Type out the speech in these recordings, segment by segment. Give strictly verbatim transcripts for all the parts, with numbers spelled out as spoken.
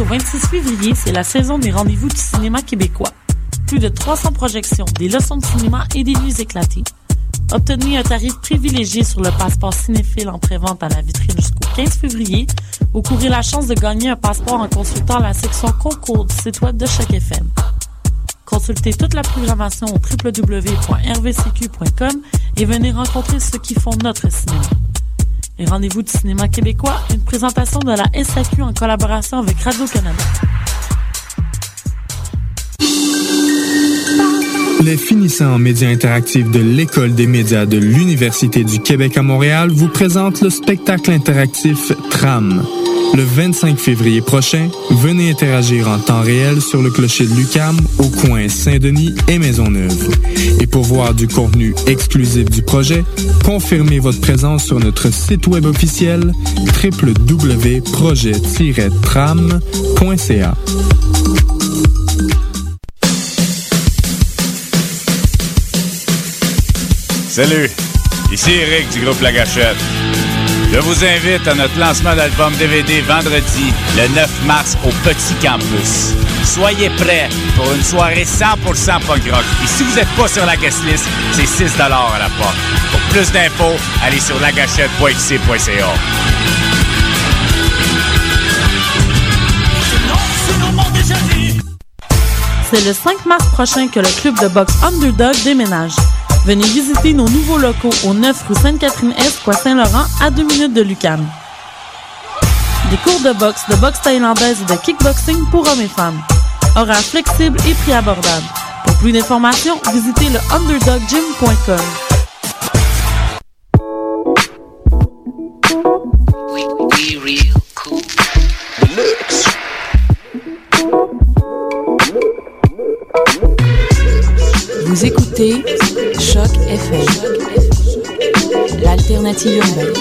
vingt-six février, c'est la saison des rendez-vous du cinéma québécois. Plus de trois cents projections, des leçons de cinéma et des nuits éclatées. Obtenez un tarif privilégié sur le passeport cinéphile en pré-vente à la vitrine jusqu'au quinze février ou courez la chance de gagner un passeport en consultant la section concours du site web de Choc F M. Consultez toute la programmation au w w w point r v c q point com et venez rencontrer ceux qui font notre cinéma. Les rendez-vous du cinéma québécois, une présentation de la S A Q en collaboration avec Radio-Canada. Les finissants en médias interactifs de l'École des médias de l'Université du Québec à Montréal vous présentent le spectacle interactif Tram. Le vingt-cinq février prochain, venez interagir en temps réel sur le clocher de l'U Q A M au coin Saint-Denis et Maisonneuve. Et pour voir du contenu exclusif du projet, confirmez votre présence sur notre site web officiel w w w point projet tiret tram point c a. Salut, ici Eric du groupe La Gâchette. Je vous invite à notre lancement d'album D V D vendredi, le neuf mars, au Petit Campus. Soyez prêts pour une soirée cent pour cent punk rock. Et si vous n'êtes pas sur la guest list, c'est six dollars à la porte. Pour plus d'infos, allez sur lagachette point x c point c a. C'est le cinq mars prochain que le club de boxe Underdog déménage. Venez visiter nos nouveaux locaux au neuf rue Sainte-Catherine-Est, coin Saint-Laurent, à deux minutes de l'U Q A M. Des cours de boxe, de boxe thaïlandaise et de kickboxing pour hommes et femmes. Horaires flexibles et prix abordables. Pour plus d'informations, visitez le underdog gym point com. Vous écoutez Choc F M, l'alternative urbaine.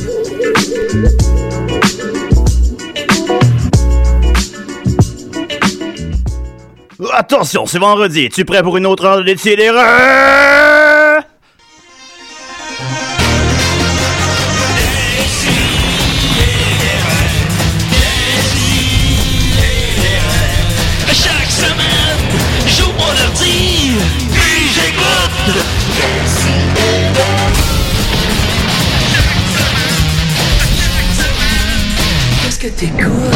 Attention, c'est vendredi. Es-tu prêt pour une autre heure de décidéreux? Chaque semaine, j'ouvre mon ordi, puis j'écoute. Qu'est-ce que t'écoutes?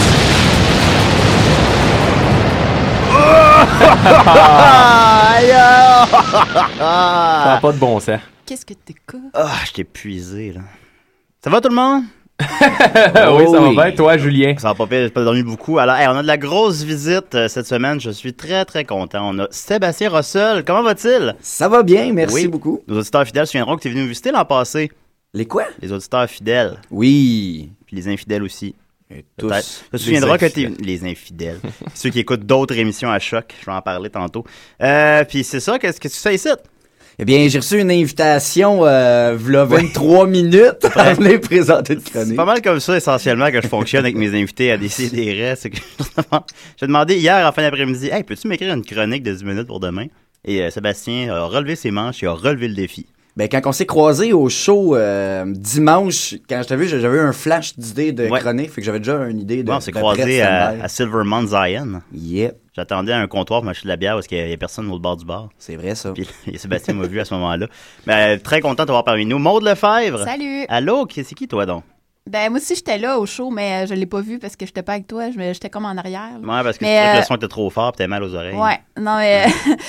Ça n'a pas de bon sens. Qu'est-ce que t'écoutes? Ah, je t'ai épuisé, là. Ça va tout le monde? Oui, ça oui. va bien. Toi, Julien? Ça va pas pire, j'ai pas dormi beaucoup. Alors, hey, on a de la grosse visite euh, cette semaine. Je suis très, très content. On a Sébastien Rossel. Comment va-t-il? Ça va bien, merci Oui. beaucoup. Nos auditeurs fidèles se souviendront que tu es venu nous visiter l'an passé. Les quoi? Les auditeurs fidèles. Oui. Puis les infidèles aussi. Et Peut-être. tous. Tu te souviendras que t'es... infidèles. Les infidèles. Ceux qui écoutent d'autres émissions à Choc. Je vais en parler tantôt. Euh, puis c'est ça, qu'est-ce que tu fais ici? Eh bien, j'ai reçu une invitation, euh, v'là vingt-trois minutes à venir présenter une C'est chronique. pas mal comme ça, essentiellement, que je fonctionne avec mes invités à décider des restes. J'ai demandé hier, en fin d'après-midi, « Hey, peux-tu m'écrire une chronique de dix minutes pour demain? » Et euh, Sébastien a relevé ses manches et a relevé le défi. Ben, quand on s'est croisés au show euh, dimanche, quand je t'ai vu, j'avais eu un flash d'idées de Ouais. chronique, fait que j'avais déjà une idée de. Bon, on s'est de croisés presse à, stand-by. à Silvermont Zion. Yep, J'attendais à un comptoir pour m'acheter de la bière parce qu'il n'y a personne au bord du bar. c'est vrai ça. Puis et Sébastien m'a vu à ce moment-là. Mais euh, très content de t'avoir parmi nous. Maude Lefebvre. Salut! Allô, qui- c'est qui toi donc? Ben, moi aussi, j'étais là au show, mais euh, je l'ai pas vu parce que j'étais pas avec toi. Je me- J'étais comme en arrière. là. Ouais, parce que Mais, tu trouvais que euh, le son était trop fort et t'avais mal aux oreilles. Ouais, non, mais.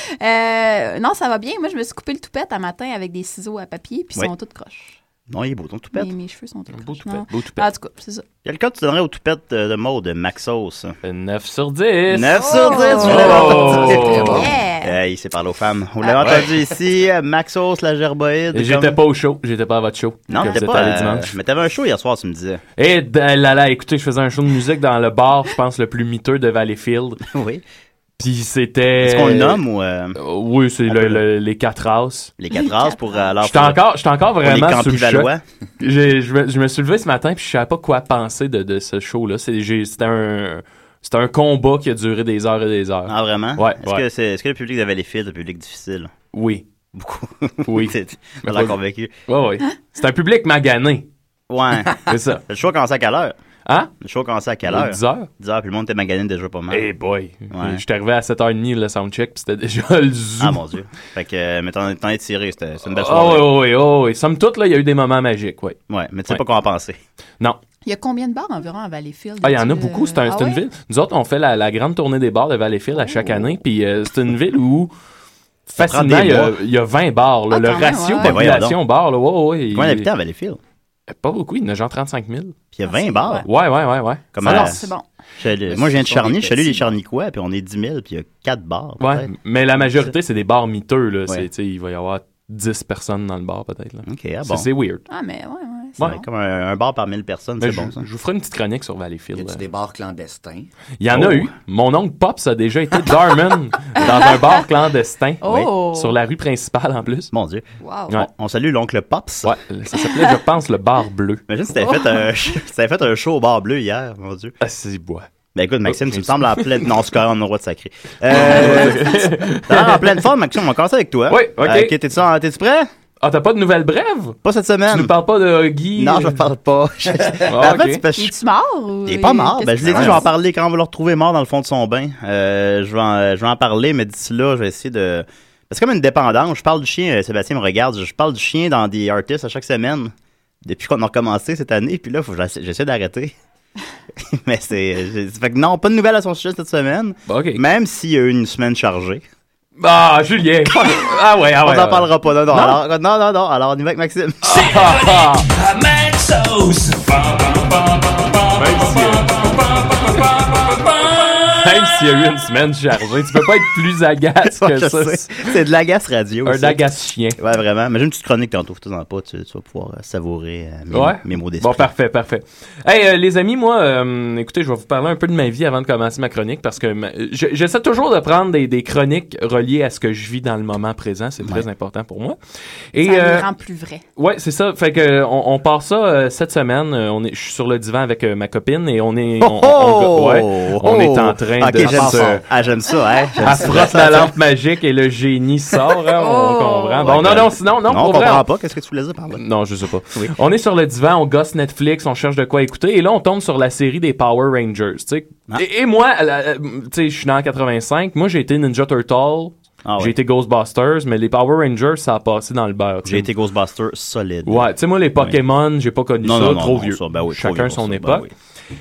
euh, non, ça va bien. Moi, je me suis coupé le toupette un matin avec des ciseaux à papier, puis ils Ouais. sont toutes croches. Non, il est beau ton toupette. Mes, mes cheveux sont tous Beau croches. toupette, Non. beau toupette. En tout cas, c'est ça. Quel cas tu donnerais au toupette de, de Maude, Maxos? neuf sur dix. neuf sur dix, tu Oh! l'avais entendu. Très bon. Yeah! Euh, il s'est parlé aux femmes. Vous l'avez Ah. entendu ici, Maxos, la gerboïde. Et j'étais comme- pas au show. J'étais pas à votre show. Non, que t'étais vous êtes pas. allé euh, dimanche. Mais t'avais un show hier soir, tu me disais. Et là, là, écoutez, je faisais un show de musique dans le bar, je pense, le plus miteux de Valleyfield. Oui. Puis c'était... Est-ce qu'on le nomme ou euh, Euh, oui, c'est On le- peut le- les quatre races. les quatre races pour euh, alors J'étais encore, j'étais encore pour les vraiment sous le choc. Campivalois? J'ai- Je me, je me suis levé ce matin puis je savais pas quoi penser de, de ce show-là. C'est- j'ai- C'était un, c'était un combat qui a duré des heures et des heures. Ah, vraiment? Ouais, Est-ce, ouais. Que c'est, est-ce que le public de Valleyfield est un public difficile? Oui. Beaucoup. Oui. T'es Mais t'as l'air pas- convaincu. Ouais, ouais. C'est un public magané. Ouais. C'est ça. Le show a commencé à quelle heure? Hein? Le show a commencé à quelle heure? dix heures. dix heures, puis le monde était magané déjà pas mal. Eh hey boy. Ouais. J'étais arrivé à sept heures trente le soundcheck, puis c'était déjà le zoo. Ah mon Dieu. Fait que, euh, mais t'en, t'en es tiré, c'était, c'était une belle Oh, soirée. oui, oui, oh, oui. Somme toute, là, il y a eu des moments magiques, oui. Ouais, mais tu sais Ouais. pas quoi en penser. Non. Il y a combien de bars environ à Valleyfield? Ah, il y en a As-tu, beaucoup. C'est, un, euh, c'est ah une ouais? ville. Nous autres, on fait la, la grande tournée des bars de Valleyfield à chaque année. Puis euh, c'est une ville où, Ça prend facilement, des il y, a, mois. il y a vingt bars. Là. Ah, le quand même, ratio ouais. population bar, là, ouais, ouais, Combien il- d'habitants à Valleyfield? Pas beaucoup, il y en a genre trente-cinq mille. Puis il y a vingt bars. Ouais, ouais, ouais, ouais. Comme Alors, à- c'est bon. je suis allé- moi, je viens de Charny, je suis allé les Charnicois, puis on est dix mille, puis il y a quatre bars. Ouais, peut-être. mais la majorité, c'est des bars miteux. Là. Ouais. C'est, tu sais, il va y avoir dix personnes dans le bar, peut-être. Là. Ok, ah C'est, bon. c'est weird. Ah, mais ouais, ouais. C'est Ouais. bon. Comme un, un bar par mille personnes, Mais c'est je, bon ça. je vous ferai une petite chronique sur Y Valleyfield. a-tu là. des bars clandestins? Il y en Oh. a eu. Mon oncle Pops a déjà été barman dans un bar clandestin. Oh! Oui, sur la rue principale, en plus. Mon Dieu. Wow. Ouais. On salue l'oncle Pops. Ouais, ça s'appelait, je pense, le bar bleu. Imagine si t'avais fait, un, si t'avais fait un show au bar bleu hier, mon Dieu. Ah, c'est bois. Ben écoute, Maxime, Oh, tu me j'ai- sembles en pleine... Non, c'est correct, on a le droit de sacrer. Euh, t'as l'air en pleine forme, Maxime, on va commencer avec toi. Oui, ok. Euh, ok, t'es-tu, en- t'es-tu prêt? Ah, t'as pas de nouvelles brèves? Pas cette Tu semaine. nous parles pas de Guy? Non, je parle pas. Ah, En fait, ok. c'est parce que Il je- est-tu mort? Ou Il est pas mort. qu'est-ce Ben, qui je l'ai se dit, je vais en passe? parler quand on va le retrouver mort dans le fond de son bain. Euh, je vais en, je vais en parler, mais d'ici là, je vais essayer de... C'est comme une dépendance. Je parle du chien, euh, Sébastien me regarde, je parle du chien dans des artistes à chaque semaine. Depuis qu'on a recommencé cette année, puis là, faut que j'essa- j'essaie d'arrêter. mais c'est... j'ai- Fait que non, pas de nouvelles à son sujet cette semaine. OK. Même s'il y a eu une semaine chargée. Ah, Julien! Ah ouais, ah ouais. on t'en ouais. parlera pas. Non, non, Non? Alors, non, non, non. Alors, on y va avec Maxime. Ah, ah. à mettre sauce. Même Même s'il y a eu une semaine chargée, tu peux pas être plus agace que Je ça. sais. C'est de l'agace radio. Un ça. agace chien. Ouais, vraiment. Mais j'ai une petite chronique tantôt, fais-en pas, tu, tu vas pouvoir euh, savourer euh, mes, Ouais. mes mots d'esprit. Bon, parfait, parfait. Hey, euh, les amis, moi, euh, écoutez, je vais vous parler un peu de ma vie avant de commencer ma chronique parce que ma- je- j'essaie toujours de prendre des, des chroniques reliées à ce que je vis dans le moment présent. C'est très important pour moi. Et, Ça euh, les rend plus vrai. ouais, c'est ça. Fait que on, on part ça euh, cette semaine. Euh, on est, je suis sur le divan avec euh, ma copine et on est, on, on- on- ouais, on est en train Ok, de j'aime se- ça. Ah, j'aime ça, hein. J'aime Elle ça. frotte la lampe magique et le génie sort, hein, on Oh. comprend. Bon, non, non, sinon, non, Non, on pour vrai, comprend on- pas. Qu'est-ce que tu voulais dire par là? non, je sais pas. Oui. On est sur le divan, on gosse Netflix, on cherche de quoi écouter, et là, on tombe sur la série des Power Rangers, tu sais. Ah. Et, et moi, la- la- tu sais, je suis né en quatre-vingt-cinq, moi, j'ai été Ninja Turtle, Ah ouais. j'ai été Ghostbusters, mais les Power Rangers, ça a passé dans le beurre, tu sais. J'ai été Ghostbuster solide. Ouais, tu sais, moi, les Pokémon, j'ai pas connu Non, ça, non, non, trop non, vieux. ça, ben oui, trop Chacun vieux son pour ça, époque. ben oui.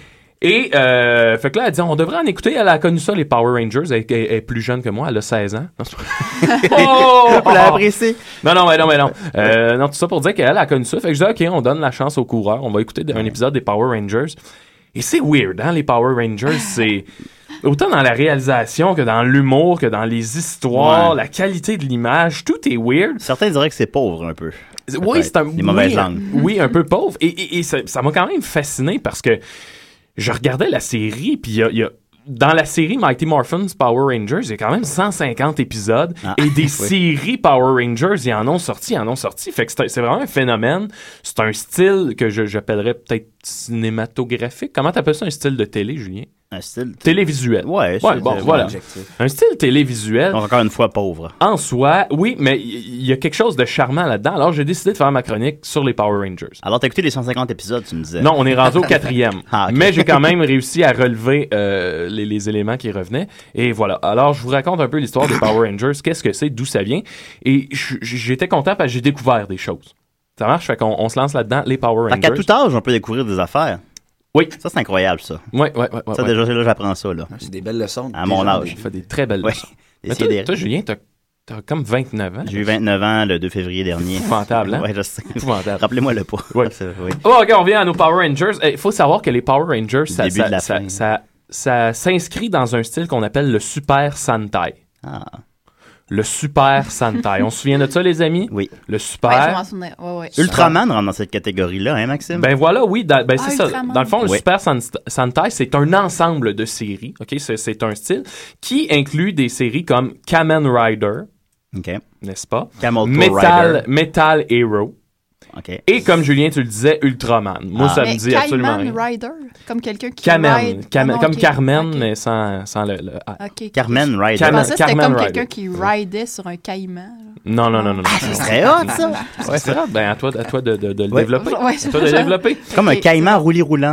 Et, euh, fait que là, elle dit, on devrait en écouter. Elle a connu ça, les Power Rangers. Elle, elle- elle est plus jeune que moi. Elle a seize ans. Non, c'est pas- oh! On l'a apprécié. Non, non, mais non, mais non. Euh, non, tout ça pour dire qu'elle a connu ça. Fait que je dis, OK, on donne la chance aux coureurs. On va écouter un épisode des Power Rangers. Et c'est weird, hein, les Power Rangers. C'est autant dans la réalisation que dans l'humour, que dans les histoires, Ouais. la qualité de l'image. Tout est weird. Certains diraient que c'est pauvre un peu. Oui, Peut-être. c'est un... Des mauvaises oui, langues. Oui, un peu pauvre. Et, et, et ça ça m'a quand même fasciné parce que je regardais la série, puis il y a, il y a- dans la série Mighty Morphin's Power Rangers, il y a quand même cent cinquante épisodes. Ah, et des oui. séries Power Rangers, ils en ont sorti, ils en ont sorti. Fait que c'est, c'est vraiment un phénomène. C'est un style que je, j'appellerais peut-être cinématographique. Comment t'appelles ça, un style de télé, Julien? Un style. Télévisuel. Ouais, Ouais, c'est- bon, c'est- voilà. Objectif. Un style télévisuel. Donc, encore une fois, pauvre. En soi, oui, mais il y a quelque chose de charmant là-dedans. Alors, j'ai décidé de faire ma chronique sur les Power Rangers. Alors, t'as écouté les cent cinquante épisodes, tu me disais. Non, on est rendu au quatrième. Ah, ok. Mais j'ai quand même réussi à relever euh, les, les éléments qui revenaient. Et voilà. Alors, je vous raconte un peu l'histoire des Power Rangers. Qu'est-ce que c'est, d'où ça vient. Et j- j'étais content parce que j'ai découvert des choses. Ça marche? Fait qu'on on se lance là-dedans, les Power Fait qu'à Rangers. tout âge, on peut découvrir des affaires. Oui. Ça, c'est incroyable, ça. Oui, oui, oui. Ça, déjà, c'est là, j'apprends ça, là. C'est des belles leçons. À mon Déjà, âge. On fait des très belles Ouais. leçons. Des Mais toi, sidérés. toi, Julien, t'as, t'as comme vingt-neuf ans. J'ai eu vingt-neuf ans le deux février dernier. Épouvantable, hein? Ouais, je sais. Épouvantable. Rappelez-moi le pas. Ouais. C'est- oui. Oh, OK, on revient à nos Power Rangers. Il faut savoir que les Power Rangers, ça, début ça, de la ça, fin. ça, ça s'inscrit dans un style qu'on appelle le Super Sentai. Ah, Le Super Sentai. On se souvient de ça, les amis? oui. Le Ouais, je Super. m'en souvenais. Ouais, ouais. Ultraman rentre dans cette catégorie-là, hein, Maxime? Ben voilà, oui, dans- ben Ah, c'est ça. Ultraman. Dans le fond, le Oui. Super Sen- Sentai, c'est un ensemble de séries, ok? C'est, c'est un style qui inclut des séries comme Kamen Rider, OK. n'est-ce pas? Camel Toe Metal, Rider. Metal Hero. OK. Et comme Julien, tu le disais, Ultraman. Moi, Ah. ça Mais me dit absolument Cayman rien. Rider, comme quelqu'un qui Kamen, ride. Kamen- Ah non, comme ok. Carmen, Ok. mais sans, sans le, le A. Ok. Carmen Rider. Je Carmen- pensais que c'était Carmen comme Rider. quelqu'un qui ridait sur un caïman. là. Non, non, non, non. non. Ce serait hot, ça! Ouais, c'est vrai. Ben, à toi, à toi de, de, de le Ouais. développer. Ouais, À toi de le développer. Comme Ok, un caïman roulis roulant.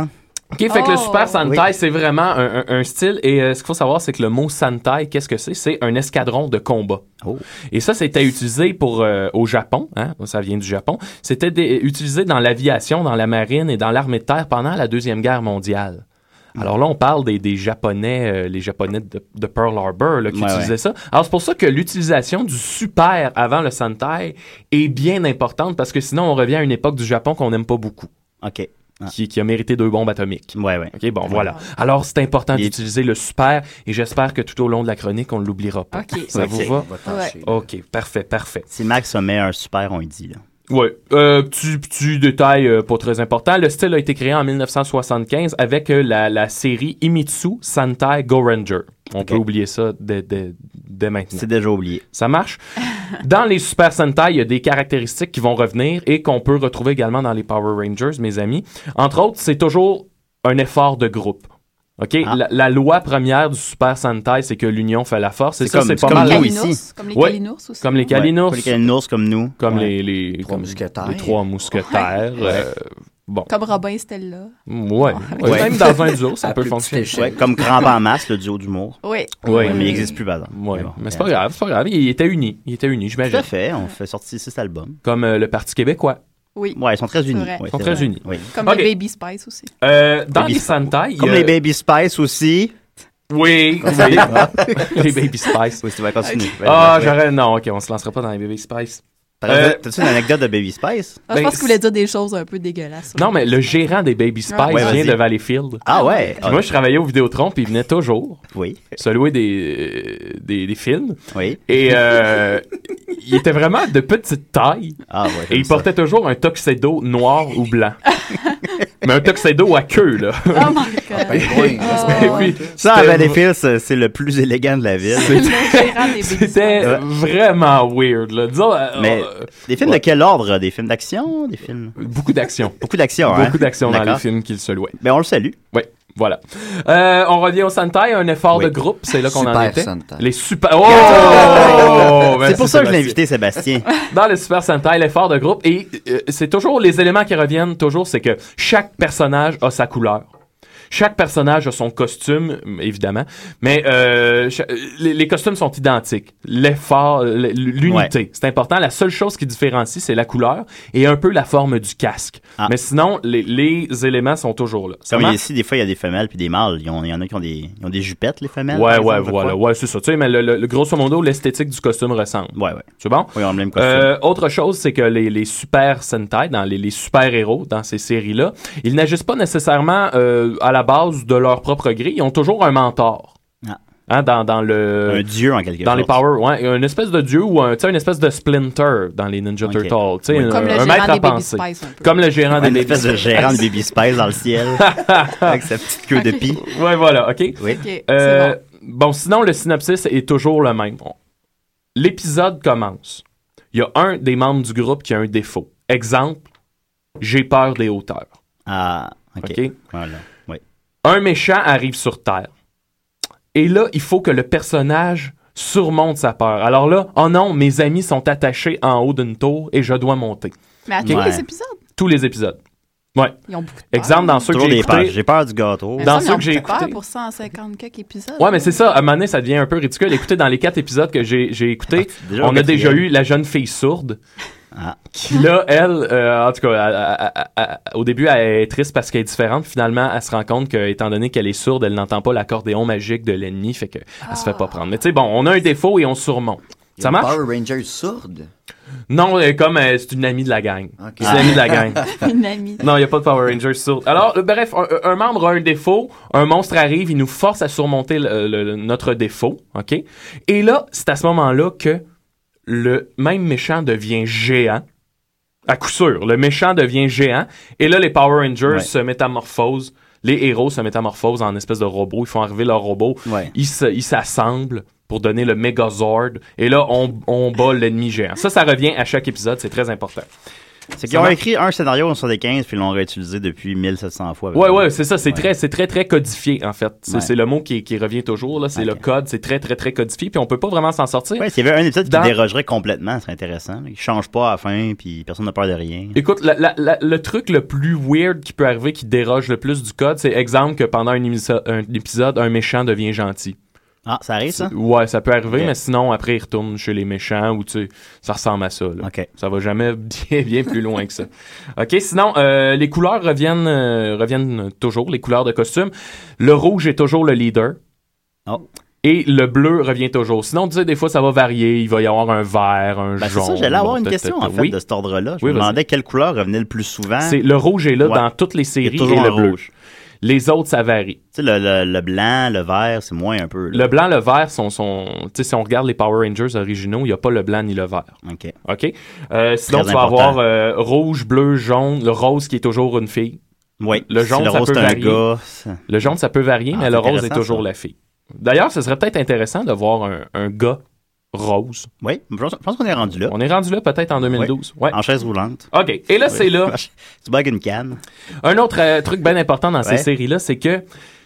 OK, fait que le Oh. Super Sentai, Oui. c'est vraiment un, un- un style. Et euh, ce qu'il faut savoir, c'est que le mot Sentai, qu'est-ce que c'est? C'est un escadron de combat. Oh. Et ça, c'était utilisé pour euh, au Japon, hein, ça vient du Japon. C'était des- utilisé dans l'aviation, dans la marine et dans l'armée de terre pendant la Deuxième Guerre mondiale. Alors là, on parle des, des Japonais, euh, les Japonais de, de Pearl Harbor là, qui Ouais, utilisaient ouais. ça. Alors c'est pour ça que l'utilisation du super avant le Sentai est bien importante parce que sinon on revient à une époque du Japon qu'on n'aime pas beaucoup, OK. Ah. qui, qui a mérité deux bombes atomiques. Ouais, ouais. OK, bon, voilà. Alors, c'est important Il est- d'utiliser le super et j'espère que tout au long de la chronique, on ne l'oubliera pas. OK. Ça Ok. vous va? Ouais. OK, parfait, parfait. Si Max met un super, on y dit, là. Oui, euh, petit, petit détail euh, pas très important. Le style a été créé en dix-neuf cent soixante-quinze avec euh, la, la série Imitsu Sentai Go Ranger. On Ok. peut oublier ça dès, dès, dès maintenant. C'est déjà oublié. Ça marche. Dans les Super Sentai, il y a des caractéristiques qui vont revenir et qu'on peut retrouver également dans les Power Rangers, mes amis. Entre autres, c'est toujours un effort de groupe. OK? Ah. La, la loi première du Super Sentai, c'est que l'union fait la force. Et C'est ça, comme- c'est c'est pas comme mal. nous Kalinours, ici. Comme les Ouais. Kalinours aussi. Comme les Kalinours. Ouais. Les Kalinours comme nous. Comme Ouais. les, les, Trois comme mousquetaires. les trois mousquetaires. euh, bon. Comme Robin et Stella. Ouais. Ouais. Même dans un duo, ça À peut plus fonctionner. petite échelle. Ouais, comme Crampe en masse, le duo d'humour. Oui. Oui. Ouais, mais il n'existe plus, par exemple. Ouais. Mais bon, Mais c'est euh, pas grave, c'est pas grave. Il était uni. Il était uni, Tout j'imagine. à fait, on fait sortir six albums. Comme euh, le Parti québécois. Oui. Ouais, ils sont très unis. vrai. Ouais, Ils sont c'est très vrai. unis. Oui. Comme OK. le Baby Spice aussi. Euh, dans Baby- les Sentai, il y Comme a- les Baby Spice aussi. Oui, oui. Les Baby Spice. Oui, tu vas continuer. Ouais, Ah, ouais. j'aurais... Non, OK, on se lancera pas dans les Baby Spice. T'as- Euh, T'as-tu une anecdote de Baby Spice? Ah, Ben, je pense qu'il voulait dire des choses un peu dégueulasses. Non, mais le gérant des Baby Spice Ouais, vient vas-y. de Valleyfield. Ah ouais? Puis moi, je travaillais au Vidéotron, puis il venait toujours Oui, se louer des, euh, des, des films. oui. Et euh, il était vraiment de petite taille. Ah ouais. Et j'aime il ça. portait toujours un tuxedo noir ou blanc. Mais un tuxedo à queue, là. Oh my God. Ben, ouais, Ah, Et ouais. puis, Ça, à c'était- Valleyfield, c'est c'est le plus élégant de la ville. Le gérant des Baby C'était Spice. vraiment weird, là. Disons, euh, Mais euh, des films de quel ordre? Des films d'action? Des films... beaucoup d'action. Beaucoup d'action, hein? Beaucoup d'action dans les D'accord. films qu'il se louait. Ben, on le salue. Oui, voilà. Euh, on revient au Sentai, un effort Oui. de groupe, c'est là qu'on en Super était. Sentai. Les super... Oh! C'est Merci, pour ça que je l'ai Sébastien. invité, Sébastien. Dans le Super Sentai, l'effort de groupe, et euh, c'est toujours les éléments qui reviennent toujours, c'est que chaque personnage a sa couleur. Chaque personnage a son costume, évidemment, mais euh, cha- les, les costumes sont identiques. L'effort, l- l'unité, Ouais. c'est important. La seule chose qui différencie, c'est la couleur et un peu la forme du casque. Ah. Mais sinon, les, les éléments sont toujours là. Ça Comme marche? ici, des fois, il y a des femelles puis des mâles. Il y en il y en a qui ont des, ils ont des jupettes, les femelles. Ouais, par ouais, exemple, je voilà. crois. Ouais, c'est ça. Tu sais, mais le, le- le grosso modo, l'esthétique du costume ressemble. Ouais, ouais. C'est bon? Oui, on a le même costume. Euh, autre chose, c'est que les, les super Sentai, dans les, les super-héros dans ces séries-là, ils n'agissent pas nécessairement euh, à la base de leur propre gré. Ils ont toujours un mentor. Ah. Hein, dans, dans le... Un dieu, en quelque Dans sorte. les Power, ouais, une espèce de dieu ou un, tu sais, une espèce de Splinter dans les Ninja Ok. Turtles. Tu sais, Oui. un, Comme le un gérant maître à des Baby penser. Spice, un peu. Comme le gérant des Une Baby espèce de Spice. gérant de Baby Spice dans le ciel. avec sa petite queue de pie. Ouais, voilà, OK. Oui. OK, c'est Euh, bon. bon, sinon, le synopsis est toujours le même. On- L'épisode commence. Il y a un des membres du groupe qui a un défaut. Exemple, j'ai peur des hauteurs. Ah, OK. OK? Voilà. Oui. Un méchant arrive sur Terre. Et là, il faut que le personnage surmonte sa peur. Alors là, oh non, mes amis sont attachés en haut d'une tour et je dois monter. Mais à tous Ouais. les épisodes, Tous les épisodes. Ouais. ils ont beaucoup de peur. Exemple, dans ceux que Toujours j'ai des peurs. écoutés. J'ai peur du gâteau. Mais dans ça, ceux ils ont que j'ai beaucoup de peur écoutés. pour cent cinquante quelques épisodes. Ouais, mais c'est ça. À un moment donné, ça devient un peu ridicule. Écoutez, dans les quatre épisodes que j'ai j'ai écoutés, Ah, déjà au on a déjà quatrième. eu la jeune fille sourde. Ah. Qui là, elle, euh, en tout cas, elle- elle- elle- elle- au début, elle est triste parce qu'elle est différente. Finalement, elle se rend compte qu'étant donné qu'elle est sourde, elle n'entend pas l'accordéon magique de l'ennemi, fait qu'elle elle se fait pas prendre. Mais tu sais, bon, on a un défaut et on surmonte. Il y a Ça une marche? Power Rangers sourde. Non, elle est comme euh, c'est une amie de la gang. Ok. C'est une amie de la gang. Une amie. Non, il n'y a pas de Power Rangers sourde. Alors, euh, bref, un, un membre a un défaut, un monstre arrive, il nous force à surmonter le- le- le- notre défaut, OK? Et là, c'est à ce moment-là que le même méchant devient géant. À coup sûr, le méchant devient géant. Et là, les Power Rangers Ouais. se métamorphosent. Les héros se métamorphosent en espèce de robots. Ils font arriver leur robot. Ouais. Ils se- ils s'assemblent pour donner le Megazord. Et là, on, on bat l'ennemi géant. Ça, ça revient à chaque épisode. C'est très important. C'est qu'ils ont écrit un scénario en soixante-quinze puis ils l'ont réutilisé depuis mille sept cents fois. Ouais, ouais, c'est ça. C'est ouais. très, c'est très, très codifié, en fait. C'est, ouais. c'est le mot qui, qui revient toujours, là. C'est okay. le code. C'est très, très, très codifié. Puis on peut pas vraiment s'en sortir. Ouais, s'il y avait un épisode Dans... qui dérogerait complètement, c'est intéressant. Il change pas à la fin puis personne n'a peur de rien. Écoute, la, la, la, le truc le plus weird qui peut arriver, qui déroge le plus du code, c'est exemple que pendant un, émiso- un épisode, un méchant devient gentil. Ah, ça arrive, ça? Ouais, ça peut arriver, okay. mais sinon, après, il retourne chez les méchants ou, tu sais, ça ressemble à ça, là. Okay. Ça va jamais bien, bien plus loin que ça. OK, sinon, euh, les couleurs reviennent, euh, reviennent toujours, les couleurs de costume. Le rouge est toujours le leader. Oh. Et le bleu revient toujours. Sinon, tu sais, des fois, ça va varier. Il va y avoir un vert, un ben, jaune. C'est ça, j'allais avoir une question, en fait, oui? de cet ordre-là. Je oui, me demandais quelle couleur revenait le plus souvent. C'est, le rouge est là ouais. dans toutes les séries et le bleu. Rouge. Les autres, ça varie. Tu sais, le, le, le blanc, le vert, c'est moins un peu. Là. Le blanc, le vert sont... sont tu sais, si on regarde les Power Rangers originaux, il n'y a pas le blanc ni le vert. OK. OK? Euh, sinon, tu vas avoir euh, rouge, bleu, jaune, le rose qui est toujours une fille. Oui. Le jaune, si le ça rose, peut c'est varier. Un gars, le jaune, ça peut varier, ah, mais le rose est toujours ça. La fille. D'ailleurs, ce serait peut-être intéressant de voir un, un gars rose. Oui, je pense qu'on est rendu là. On est rendu là peut-être en deux mille douze. Oui. Ouais. En chaise roulante. OK. Et là, oui. c'est là. Tu bagues une canne. Un autre euh, truc bien important dans ouais. ces séries-là, c'est que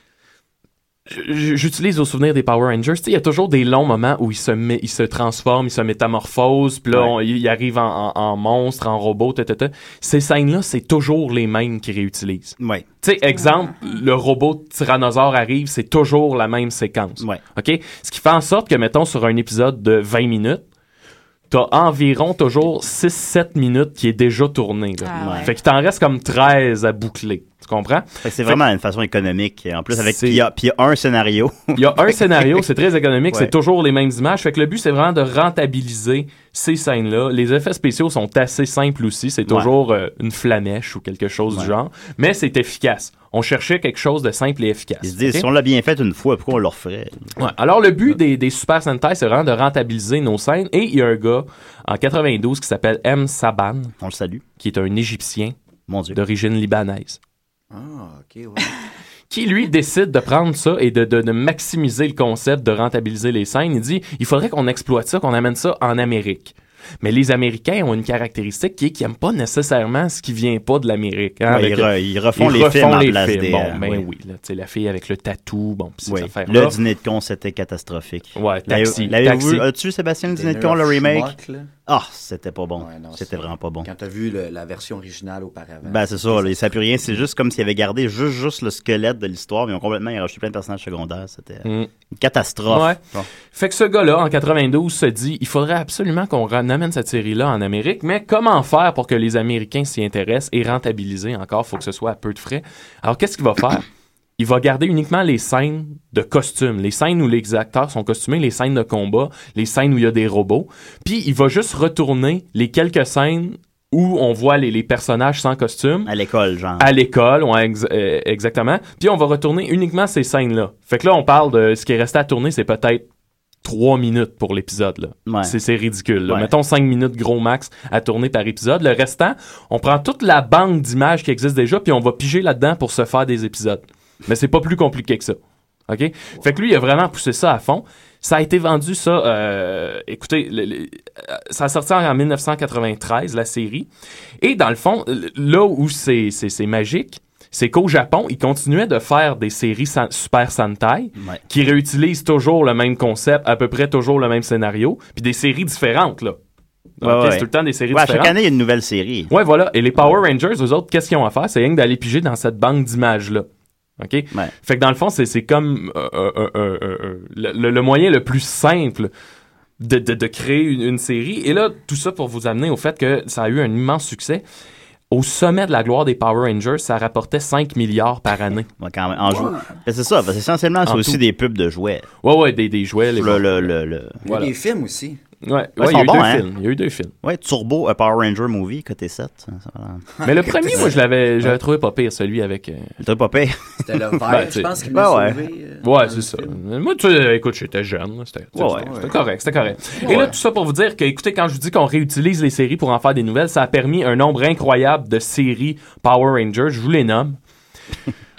j'utilise au souvenir des Power Rangers, tu sais, il y a toujours des longs moments où ils se, met, ils se transforment, ils se métamorphosent, puis là, ouais. on, ils arrivent en, en, en monstre, en robot, ta, ta, ta. Ces scènes-là, c'est toujours les mêmes qu'ils réutilisent. Ouais. Tu sais, exemple, le robot tyrannosaure arrive, c'est toujours la même séquence. Ouais. OK? Ce qui fait en sorte que, mettons, sur un épisode de vingt minutes, t'as environ toujours six sept minutes qui est déjà tourné. Là. Ah ouais. Fait qu'il t'en reste comme treize à boucler. Tu comprends? Fait que c'est fait vraiment une façon économique. En plus, avec il y, y a un scénario. Il y a un scénario, c'est très économique, ouais. c'est toujours les mêmes images. Fait que le but, c'est vraiment de rentabiliser ces scènes-là. Les effets spéciaux sont assez simples aussi. C'est toujours ouais. euh, une flamèche ou quelque chose ouais. du genre. Mais c'est efficace. On cherchait quelque chose de simple et efficace. Ils se disent, okay? si on l'a bien fait une fois, pourquoi on le referait? Ouais. Alors, le but des, des Super Sentai, c'est vraiment de rentabiliser nos scènes. Et il y a un gars en quatre-vingt-douze qui s'appelle M. Saban. On le salue. Qui est un Égyptien Mon Dieu. d'origine libanaise. Ah, OK, ouais. Qui, lui, décide de prendre ça et de, de, de maximiser le concept, de rentabiliser les scènes. Il dit, il faudrait qu'on exploite ça, qu'on amène ça en Amérique. Mais les Américains ont une caractéristique qui est qu'ils n'aiment pas nécessairement ce qui vient pas de l'Amérique. Hein, ouais, ils, re, ils refont ils les refont films les en place films. des... Bon, ben oui, oui là, la fille avec le tatou, bon, pis ces oui. affaires-là. Le dîner de con, c'était catastrophique. Ouais, Taxi. L'avez, taxi. Vu, as-tu vu, Sébastien, le dîner de con, le remake? Ah, oh, c'était pas bon. Ouais, non, c'était vraiment pas bon. Quand t'as vu le, la version originale auparavant. Ben, c'est ça, là, ça plus rien. C'est juste comme s'ils avaient gardé juste, juste le squelette de l'histoire, mais ils ont complètement rajouté plein de personnages secondaires. C'était mm. une catastrophe. Ouais. Bon. Fait que ce gars-là, en quatre-vingt-douze, se dit, il faudrait absolument qu'on amène cette série-là en Amérique, mais comment faire pour que les Américains s'y intéressent et rentabiliser encore? Faut que ce soit à peu de frais. Alors, qu'est-ce qu'il va faire? Il va garder uniquement les scènes de costumes, les scènes où les acteurs sont costumés, les scènes de combat, les scènes où il y a des robots. Puis, il va juste retourner les quelques scènes où on voit les, les personnages sans costume. À l'école, genre. À l'école, ouais, ex- euh, exactement. Puis, on va retourner uniquement ces scènes-là. Fait que là, on parle de ce qui est resté à tourner, c'est peut-être trois minutes pour l'épisode, là. Ouais. C'est, c'est ridicule, là. Ouais. Mettons cinq minutes gros max à tourner par épisode. Le restant, on prend toute la banque d'images qui existe déjà, puis on va piger là-dedans pour se faire des épisodes. Mais c'est pas plus compliqué que ça. OK? Fait que lui, il a vraiment poussé ça à fond. Ça a été vendu, ça, euh, écoutez, le, le, ça a sorti en dix-neuf cent quatre-vingt-treize, la série. Et dans le fond, là où c'est, c'est, c'est magique, c'est qu'au Japon, ils continuaient de faire des séries san- Super Sentai ouais. qui réutilisent toujours le même concept, à peu près toujours le même scénario, puis des séries différentes, là. Ouais, okay, ouais. C'est tout le temps des séries ouais, différentes. Chaque année, il y a une nouvelle série. Ouais, voilà. Et les Power Rangers, eux autres, qu'est-ce qu'ils ont à faire? C'est rien que d'aller piger dans cette banque d'images-là. OK? Ouais. Fait que dans le fond, c'est, c'est comme euh, euh, euh, euh, euh, le, le moyen le plus simple de, de, de créer une, une série. Et là, tout ça pour vous amener au fait que ça a eu un immense succès. Au sommet de la gloire des Power Rangers, ça rapportait cinq milliards par année. Ouais, quand même. En wow. jou- c'est ça, parce qu'essentiellement, c'est en aussi tout. Des pubs de jouets. Ouais, ouais, des, des jouets. Les le, le, le, le... Il y a des films aussi. Ouais, ouais, ouais il y a eu bons, deux hein? films. Il y a eu deux films. Ouais, Turbo, a Power Ranger Movie, côté sept. Ça, ça va... Mais le premier, moi, je l'avais, j'avais trouvé pas pire, celui avec... Euh... C'était pas pire. C'était le vert, ben, je pense qu'il ben, l'a ouais. sauvé. Euh, ouais, c'est ça. Film. Moi, tu sais, écoute, j'étais jeune. Là, c'était, ouais, c'était, ouais. c'était correct, c'était correct. Ouais. Et là, tout ça pour vous dire que, écoutez, quand je vous dis qu'on réutilise les séries pour en faire des nouvelles, ça a permis un nombre incroyable de séries Power Rangers. Je vous les nomme.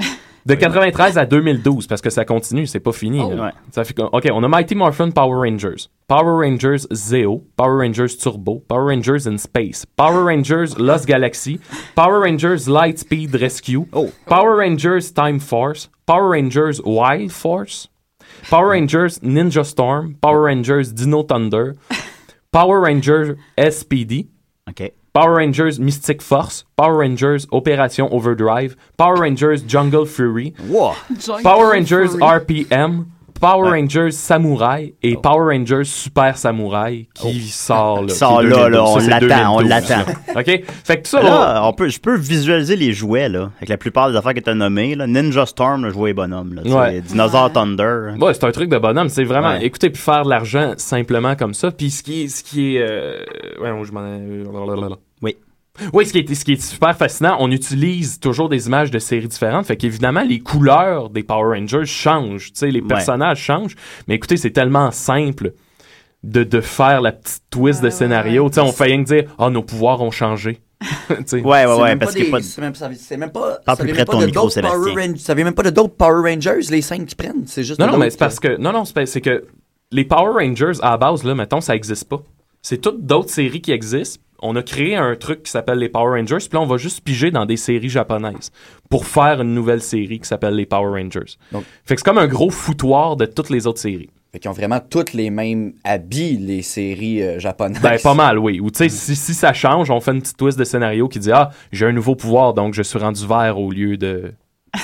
De quatre-vingt-treize à deux mille douze, parce que ça continue, c'est pas fini. Oh. là. Ouais. Ça fait que- OK, on a Mighty Morphin Power Rangers, Power Rangers Zeo, Power Rangers Turbo, Power Rangers in Space, Power Rangers Lost Galaxy, Power Rangers Lightspeed Rescue, Oh. Power Rangers Time Force, Power Rangers Wild Force, Power Rangers Ninja Storm, Power Rangers Dino Thunder, Power Rangers S P D, OK. Power Rangers Mystic Force, Power Rangers Opération Overdrive, Power Rangers Jungle Fury, Wow. Power Rangers R P M, Power Ouais. Rangers Samurai et Power Rangers Super Samurai qui sort là. Qui sort qui est là, là, deux mille douze. on Ça, c'est l'attend, on deux mille douze, l'attend. là. OK? Fait que tout ça, Là, on peut, je peux visualiser les jouets, là, avec la plupart des affaires que tu as nommées. Là. Ninja Storm, là, je vois les bonhommes. Là, tu sais, Ouais. Dinosaur Thunder. ouais, c'est un truc de bonhomme. C'est vraiment, Ouais. écoutez, puis faire de l'argent simplement comme ça. Puis ce qui est, ce qui est, euh, ouais, je m'en. Oui. Oui, ce qui, est, ce qui est super fascinant, on utilise toujours des images de séries différentes. Fait qu'évidemment, les couleurs des Power Rangers changent. Tu sais, les personnages changent. Mais écoutez, c'est tellement simple de, de faire la petite twist Ouais, de scénario. ouais. Tu sais, on fait rien que dire « Ah, nos pouvoirs ont changé. » Tu sais. Ouais, ouais, C'est ouais, même parce pas que des- pas de- c'est même, ça, c'est même pas. Parle ça plus vient près même de ton pas micro, d'autres Power Sébastien. Rangers- Ça vient même pas de d'autres Power Rangers, les cinq qui prennent. C'est juste. Non, de non, mais l'autre, c'est parce que. Non, non, c'est pas- c'est que les Power Rangers, à la base, là, mettons, ça n'existe pas. C'est toutes d'autres séries qui existent. On a créé un truc qui s'appelle les Power Rangers, puis là, on va juste piger dans des séries japonaises pour faire une nouvelle série qui s'appelle les Power Rangers. Donc- Fait que c'est comme un gros foutoir de toutes les autres séries. Fait qu'ils ont vraiment toutes les mêmes habits, les séries euh, japonaises. Ben, pas mal, oui. Ou tu sais, si, si ça change, on fait une petite twist de scénario qui dit « Ah, j'ai un nouveau pouvoir, donc je suis rendu vert au lieu de noir. »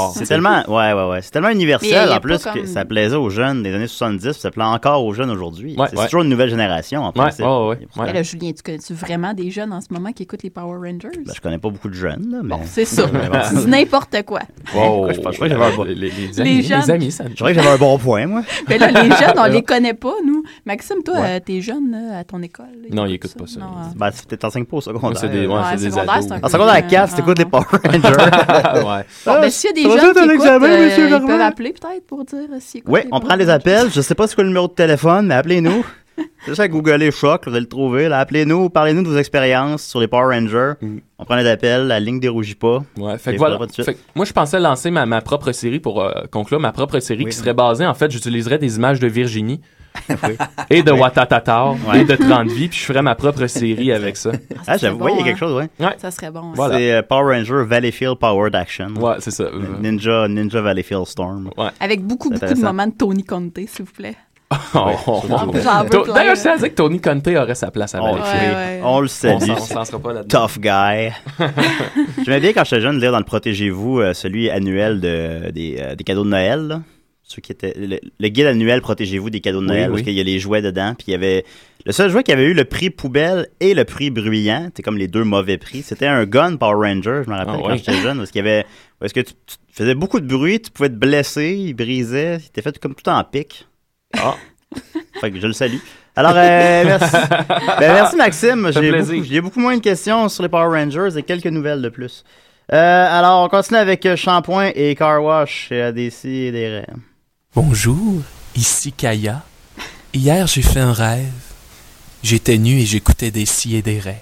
C'est tellement, ouais, ouais, ouais. C'est tellement Mais y universel, a en plus, pas que comme- ça plaisait aux jeunes des années soixante-dix, puis ça plaît encore aux jeunes aujourd'hui. Ouais, c'est ouais. toujours une nouvelle génération, en Ouais, principe. ouais, ouais, ouais. Mais là, Julien, tu connais-tu vraiment des jeunes en ce moment qui écoutent les Power Rangers? Ben, je connais pas beaucoup de jeunes, là, mais... Bon, c'est ça. Mais bon. C'est n'importe quoi. Wow. Je pense que j'avais un bon- les, les, les Les amis, jeunes- les amis, ça... Je croyais que j'avais un bon point, moi. Mais là, les jeunes, on les connaît pas, nous. Maxime, toi, Ouais. euh, t'es jeune là, à ton école. là, Non, ils écoutent pas ça. Non, euh, Ben, tu t'enseignes pas au secondaire. C'est des, ouais, Ouais, c'est des secondaire, ados. c'est un En peu- secondaire quatre, Ah, t'écoutes les non. Power Rangers. ouais. Bon, ben, s'il y a des ça va jeunes être qui un écoutent, examen, euh, monsieur ils Germain? peuvent appeler peut-être pour dire euh, s'ils écoutent Oui, les on Power prend les Rangers. appels. Je sais pas c'est quoi le numéro de téléphone, mais appelez-nous. C'est juste à googler Choc, vous allez le trouver. Là. Appelez-nous, parlez-nous de vos expériences sur les Power Rangers. Mm. On prend les appels, la ligne dérougit pas. Ouais, fait Et que voilà. voilà, pas de suite. Fait que moi, je pensais lancer ma, ma propre série pour euh, conclure ma propre série Oui. qui serait basée, en fait, j'utiliserais des images de Virginie Oui. et de Watatatar Ouais. et de trente vies, puis je ferais ma propre série avec ça. Ah, serait j'avoue, bon, oui, il y a hein. quelque chose, ouais. Ça serait bon. hein. Voilà. C'est euh, Power Ranger Valleyfield Powered Action. Ouais, c'est ça. Euh, Ninja, Ninja Valleyfield Storm. Ouais. Avec beaucoup, C'est beaucoup de intéressant. moments de Tony Conte, s'il vous plaît. Oh, oh, oh. J'en veux To- plein, D'ailleurs, là. je tiens à dire que Tony Conte aurait sa place à On, Valleyfield. Ouais, ouais. on le On salue. s'en- on s'en sera pas là-dedans. Tough guy. J'aimais bien quand j'étais jeune lire dans le Protégez-vous euh, celui annuel de, des, euh, des cadeaux de Noël. Là. Ceux qui étaient, le, le guide annuel Protégez-vous des cadeaux de Oui, Noël, oui. parce qu'il y a les jouets dedans. Puis il y avait le seul jouet qui avait eu le prix poubelle et le prix bruyant. C'était comme les deux mauvais prix. C'était un gun Power Ranger, je me rappelle Ah, quand oui. j'étais jeune, parce qu'il y avait, parce que tu, tu faisais beaucoup de bruit, tu pouvais te blesser, il brisait, il était fait comme tout en pic. Ah. Fait que je le salue. Alors, euh, merci. Ben, merci Maxime. fait J'ai plaisir. beaucoup, j'ai beaucoup moins de questions sur les Power Rangers et quelques nouvelles de plus. Euh, alors, on continue avec euh, Shampoing et Car Wash chez A D C et des rêves. Bonjour, ici Kaya. Hier, j'ai fait un rêve. J'étais nu et j'écoutais des si et des rêves.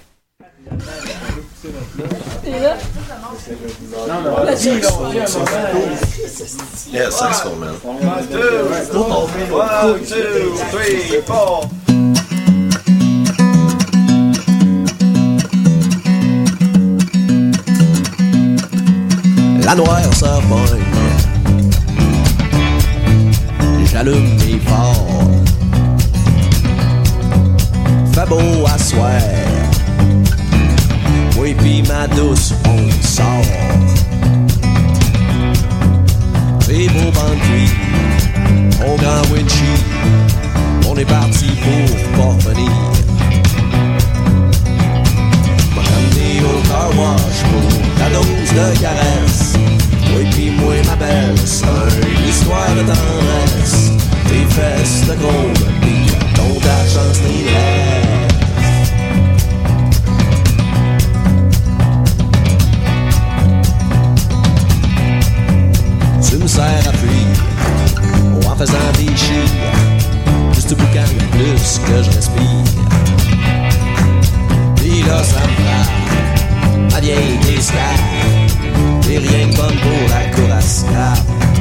Yeah, saxophone, man. La noire ça pogne. J'allume mes phares. Fait beau à soir. Oui, pis ma douce, on sort. C'est beau banquet, au grand Winchy. On est parti pour pas revenir. M'a ramené au car wash pour ta dose de caresse. Oui, pis moi, ma belle, c'est une histoire de tendresse. Tes fesses de gold, pis ton argent stainless. Tu me sers à fuir, en faisant des chires, juste au boucan plus que je respire. Pis là ça me frappe, ma vieille escale, t'es rien que bonne pour la cour à scrap.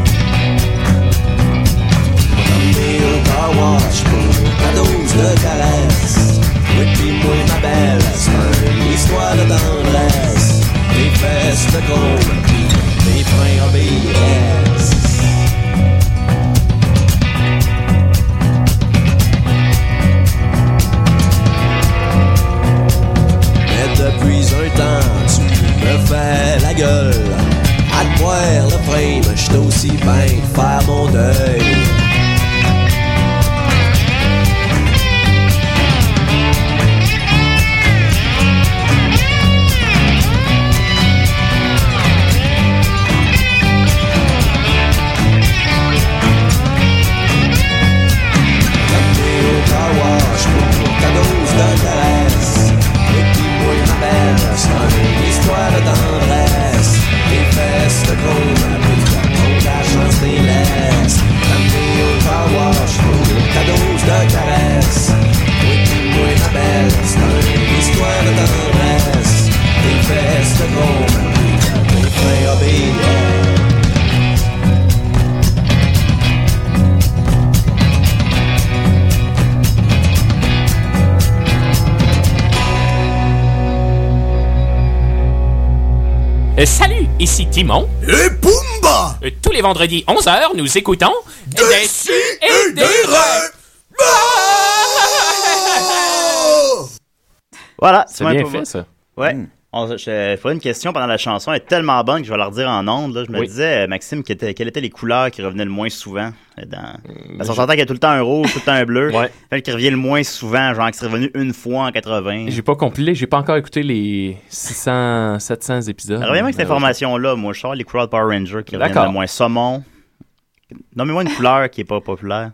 Ramener au car wash pour ta dose de caresse. Oui, pis moi ma belle, c'est une histoire de tendresse. Des fesses de comble, pis des freins A B S. Mais depuis un temps, tu me fais la gueule. À te boire le frame, j'suis aussi bien de faire mon deuil. Euh, salut, ici Timon. Et Pumba! Euh, tous les vendredis onze heures, nous écoutons Des si et des rêves. Voilà. C'est bien fait, ça. Ouais. Mm. On, je, je ferai une question pendant la chanson. Elle est tellement bonne que je vais la redire en ondes. Là. Je me Oui. disais, euh, Maxime, quelles étaient, quelles étaient les couleurs qui revenaient le moins souvent? Dans... Parce qu'on s'entend qu'il y a tout le temps un rouge, tout le temps un bleu. Ouais. Celle qui revient le moins souvent, genre qui serait revenu une fois en quatre-vingts. J'ai pas compilé, j'ai pas encore écouté les six cents, sept cents épisodes. Reviens-moi avec cette information-là. Moi, je sors les couleurs de Power Rangers qui reviennent D'accord. le moins. Saumon. Nommez-moi une couleur qui est pas populaire.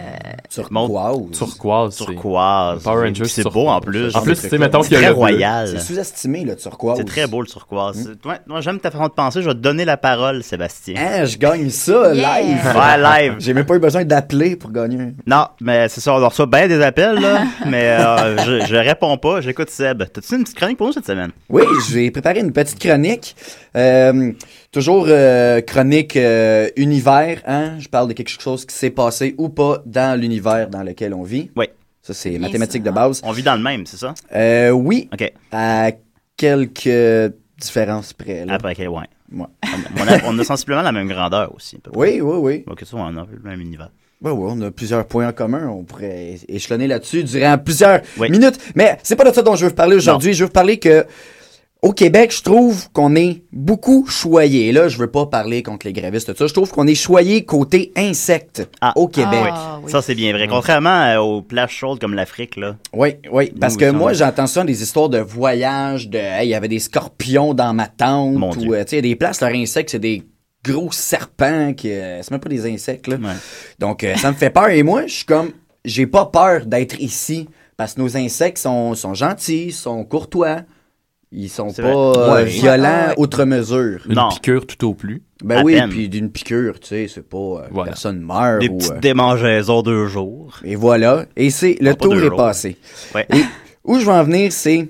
Turquoise. Turquoise. c'est- Turquoise. Power Rangers, C'est turquoise. beau en plus. En plus, tu sais, mettons qu'il y a très le bleu. royal. C'est sous-estimé, le turquoise. C'est très beau le turquoise. Ouais, moi, j'aime ta façon de penser. Je vais te donner la parole, Sébastien. Hein, je gagne ça Yeah. live. Ouais, live. J'ai même pas eu besoin d'appeler pour gagner. Non, mais c'est ça, on reçoit bien des appels, là. mais euh, je, je réponds pas, j'écoute Seb. T'as-tu une petite chronique pour nous cette semaine? Oui, j'ai préparé une petite chronique. Euh, toujours euh, chronique euh, univers, hein. Je parle de quelque chose qui s'est passé ou pas dans l'univers dans lequel on vit. Oui. Ça, c'est Bien mathématique ça. de base. On vit dans le même, c'est ça? Euh, oui, OK. à quelques différences près. Là. Après, OK, ouais. Ouais. On, on a, on a sensiblement la même grandeur aussi. à peu près. Oui, oui, oui. Ok, ça, on a un peu le même univers. Ben oui, on a plusieurs points en commun. On pourrait échelonner là-dessus durant plusieurs Oui. minutes. Mais c'est pas de ça dont je veux vous parler aujourd'hui. Je veux vous parler que au Québec, je trouve qu'on est beaucoup choyé. Là, je veux pas parler contre les grévistes, tout ça. Je trouve qu'on est choyé côté insectes Ah. au Québec. Ah, oui. Ça, c'est bien vrai. Contrairement euh, aux plages chaudes comme l'Afrique, là. Oui, oui. Parce Nous, que ça, moi, ouais. j'entends ça des histoires de voyages, de hey, il y avait des scorpions dans ma tente. Mon Ou, Dieu. euh, tu sais, il y a des places, leurs insectes, c'est des gros serpents qui. euh, c'est même pas des insectes, là. Ouais. Donc, euh, ça me fait peur. Et moi, je suis comme. J'ai pas peur d'être ici. Parce que nos insectes sont, sont gentils, sont courtois. Ils sont C'est pas vrai. euh, Ouais. violents Ouais, ouais. outre mesure. Une Non. piqûre tout au plus. Ben À oui, peine. puis d'une piqûre, tu sais, c'est pas. euh, Voilà. Personne meurt. Des ou, petites euh, démangeaisons deux jours. Et voilà. Et c'est. Le Non, pas tour deux est jours. passé. Ouais. Et où je veux en venir, c'est.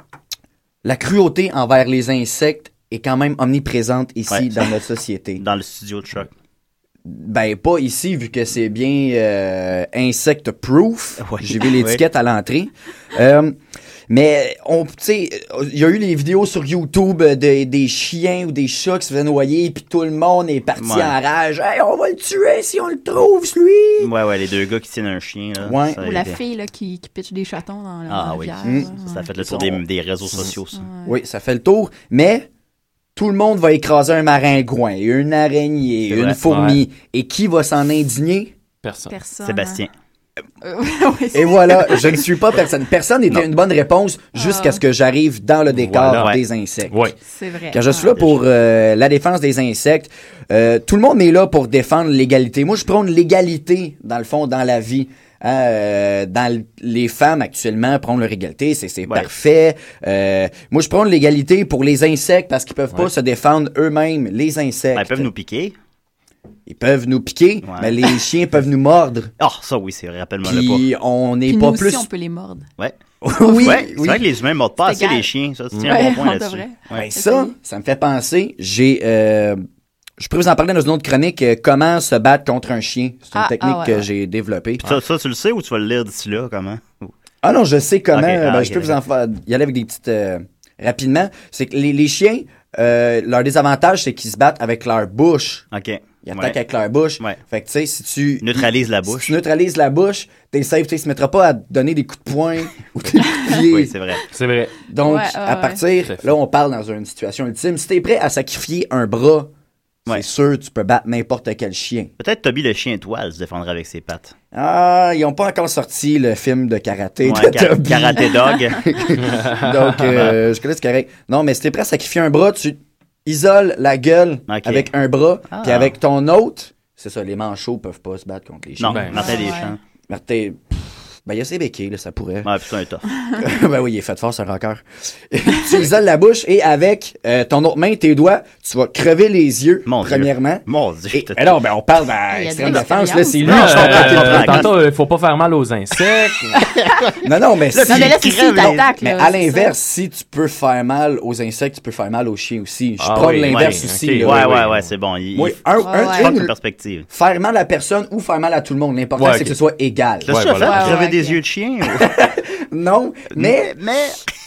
La cruauté envers les insectes est quand même omniprésente ici Ouais. dans notre société. Dans le studio de choc. Ben, pas ici, vu que c'est bien euh, insect-proof. Ouais. J'ai vu l'étiquette à l'entrée. Euh, mais, on, tu sais, il y a eu les vidéos sur YouTube de, des chiens ou des chats qui se faisaient noyer, puis tout le monde est parti Ouais. en rage. Hey, on va le tuer si on le trouve, lui! Ouais, ouais, les deux gars qui tiennent un chien, là. Ouais. Ça a Ou la été- fille là, qui, qui pitche des chatons dans la, Ah dans la oui. rivière. Mm. là. Ça a fait le Ils tour sont- des, des réseaux sociaux, ça. Oui, ça fait le tour. Mais tout le monde va écraser un maringouin, une araignée, C'est une vrai. fourmi. Et qui va s'en indigner? Personne. Personne. Sébastien. Euh, oui, c'est- Et voilà, je ne suis pas personne. Personne n'était une bonne réponse jusqu'à ce que j'arrive dans le décor Voilà. des insectes. Oui. c'est vrai. Car je suis là pour euh, la défense des insectes. Euh, tout le monde est là pour défendre l'égalité. Moi, je prône l'égalité, dans le fond, dans la vie. Hein, euh, dans l- les femmes actuellement prônent leur égalité, c'est c'est Ouais. parfait. Euh, moi, je prône l'égalité pour les insectes parce qu'ils peuvent pas Ouais. se défendre eux-mêmes, les insectes. Ben, ils peuvent nous piquer. Ils peuvent nous piquer, Ouais. mais les chiens peuvent nous mordre. Ah, ça, oui, c'est vrai. Rappelle-moi le Puis on n'est Puis pas nous aussi, plus. on peut les mordre. pas. Ouais. oui, ouais, c'est oui. vrai que les humains mordent pas C'est assez égal. les chiens. Ça, tu tiens Ouais, un bon point on là-dessus. devrait. Ouais. Ben, ça, ça me fait penser. J'ai euh, je pourrais vous en parler dans une autre chronique, euh, comment se battre contre un chien. C'est une Ah, technique ah ouais, que ouais. j'ai développée. Ça, ça, tu le sais ou tu vas le lire d'ici là, comment? Ah non, je sais comment. Ok, ah, ben, ok, je peux vous en ok. faire, y aller avec des petites... euh, rapidement. C'est que les, les chiens, euh, leur désavantage, c'est qu'ils se battent avec leur bouche. OK. Ils attaquent Ouais. avec leur bouche. Ouais. Fait que, tu sais, si tu... Neutralises la Si bouche. tu neutralises la bouche, t'es safe. Tu sais, ils se mettra pas à te donner des coups de poing ou des coups de pied. Oui, c'est vrai. C'est vrai. Donc, Ouais, ouais, à ouais. partir... Tout à fait. Là, on parle dans une situation ultime. Si t'es prêt à sacrifier un bras, Ouais. c'est sûr, tu peux battre n'importe quel chien. Peut-être Toby le chien étoile se défendra avec ses pattes. Ah, ils ont pas encore sorti le film de karaté Ouais, de ca- Toby. Karaté Dog. Donc, euh, je connais, c'est correct. Non, mais si t'es prêt à sacrifier un bras, tu isoles la gueule Ok. avec un bras, Ah. puis avec ton autre, c'est ça, les manchots peuvent pas se battre contre les chiens. Non, Ben, Martin ouais. Deschamps. Martin, pff, ben il y a ses béquilles, là, ça pourrait. Ouais, puis c'est un tough. Ben oui, il est fait fort, c'est un rocker. Tu isoles la bouche et avec euh, ton autre main, tes doigts, tu vas crever les yeux, Mon Dieu. premièrement. Mon Dieu. Et, eh non, ben on parle dans Il y a de extrême défense, là, c'est lui. Non, je comprends, euh, je comprends. tantôt, il faut pas faire mal aux insectes. Non, non, mais si, Non, mais là, c'est crève, si là. t'attaques, mais là, à c'est l'inverse, si tu peux faire mal aux insectes, tu peux faire mal aux chiens aussi. Je Ah prends oui, l'inverse ouais, aussi. ok, là. Ouais, oui, ouais, oui. ouais, c'est bon. Il, Oui, il un, Ouais, un, ouais. fuck une- une perspective. faire mal à personne ou faire mal à tout le monde. L'important, Ouais, c'est ok. que ce soit égal. L'as-tu Ouais, déjà voilà. fait? Ouais, Crever ouais, des ok. yeux de chien? ou- Non, mais, mais...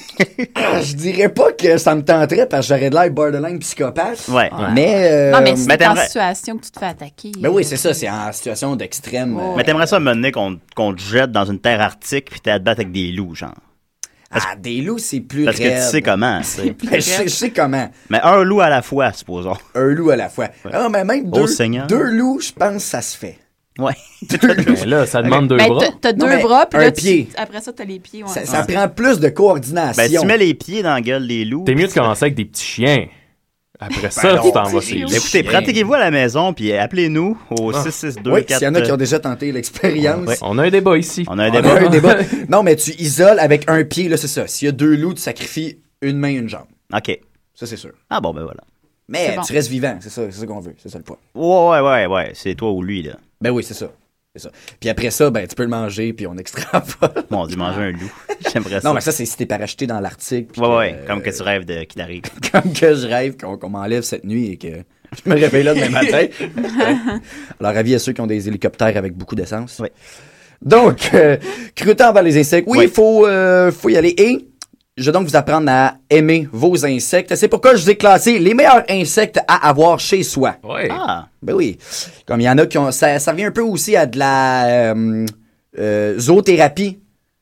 ah, je dirais pas que ça me tenterait parce que j'aurais de l'air borderline psychopathe. Ouais. Mais, euh, Non, mais si mais t'es en t'aimerais- situation que tu te fais attaquer. ben oui, c'est ça, c'est en situation d'extrême. Ouais. euh, Mais t'aimerais ça mener qu'on qu'on te jette dans une terre arctique puis t'es à te battre avec des loups, genre. Ah, des loups, c'est plus Parce que raide. tu sais comment, tu sais. Ben, je, sais, je sais comment. Mais un loup à la fois, supposons. Un loup à la fois. Ah, mais même deux, Oh, Seigneur. deux loups, je pense que ça se fait. Ouais. Mais là, ça demande deux Ben, bras. t'as- t'as Non, deux mais bras, puis un là, tu- pied. après ça, t'as les pieds. Ouais. Ça, ça prend plus de coordination. Ben, si tu mets les pieds dans la gueule des loups... T'es mieux de commencer avec des petits chiens. Après ça, Ben non, tu t'en vas c'est- sur les Ben, écoutez, chiens. pratiquez-vous à la maison puis appelez-nous au Ah. six six deux Oui, quatre... s'il y en a qui ont déjà tenté l'expérience. Ouais. On a un débat ici. On a un On a débat. un débat. Non, mais tu isoles avec un pied, là, c'est ça. S'il y a deux loups, tu sacrifies une main, une jambe. OK. Ça, c'est sûr. Ah bon, ben voilà. Mais C'est bon. tu restes vivant, c'est ça, c'est ça qu'on veut, c'est ça le point. Ouais, ouais, ouais, ouais. C'est toi ou lui, là. Ben oui, c'est ça. C'est ça. Puis après ça, ben tu peux le manger, puis on extravole. Mon Dieu, manger un loup. J'aimerais ça. Non, mais ça, c'est si t'es parachuté dans l'Arctique. puis Ouais, que, ouais, euh, comme que tu rêves de qu'il arrive. Comme que je rêve qu'on qu'on m'enlève cette nuit et que je me réveille là demain matin. Ouais. Alors, avis à ceux qui ont des hélicoptères avec beaucoup d'essence. Oui. Donc, euh, cruauté envers les insectes. Oui, il Oui. faut, euh, faut y aller. Et je vais donc vous apprendre à aimer vos insectes. C'est pourquoi je vous ai classé les meilleurs insectes à avoir chez soi. Ouais. Ah, Ben oui. Comme il y en a qui ont... Ça, ça revient un peu aussi à de la euh, euh, zoothérapie.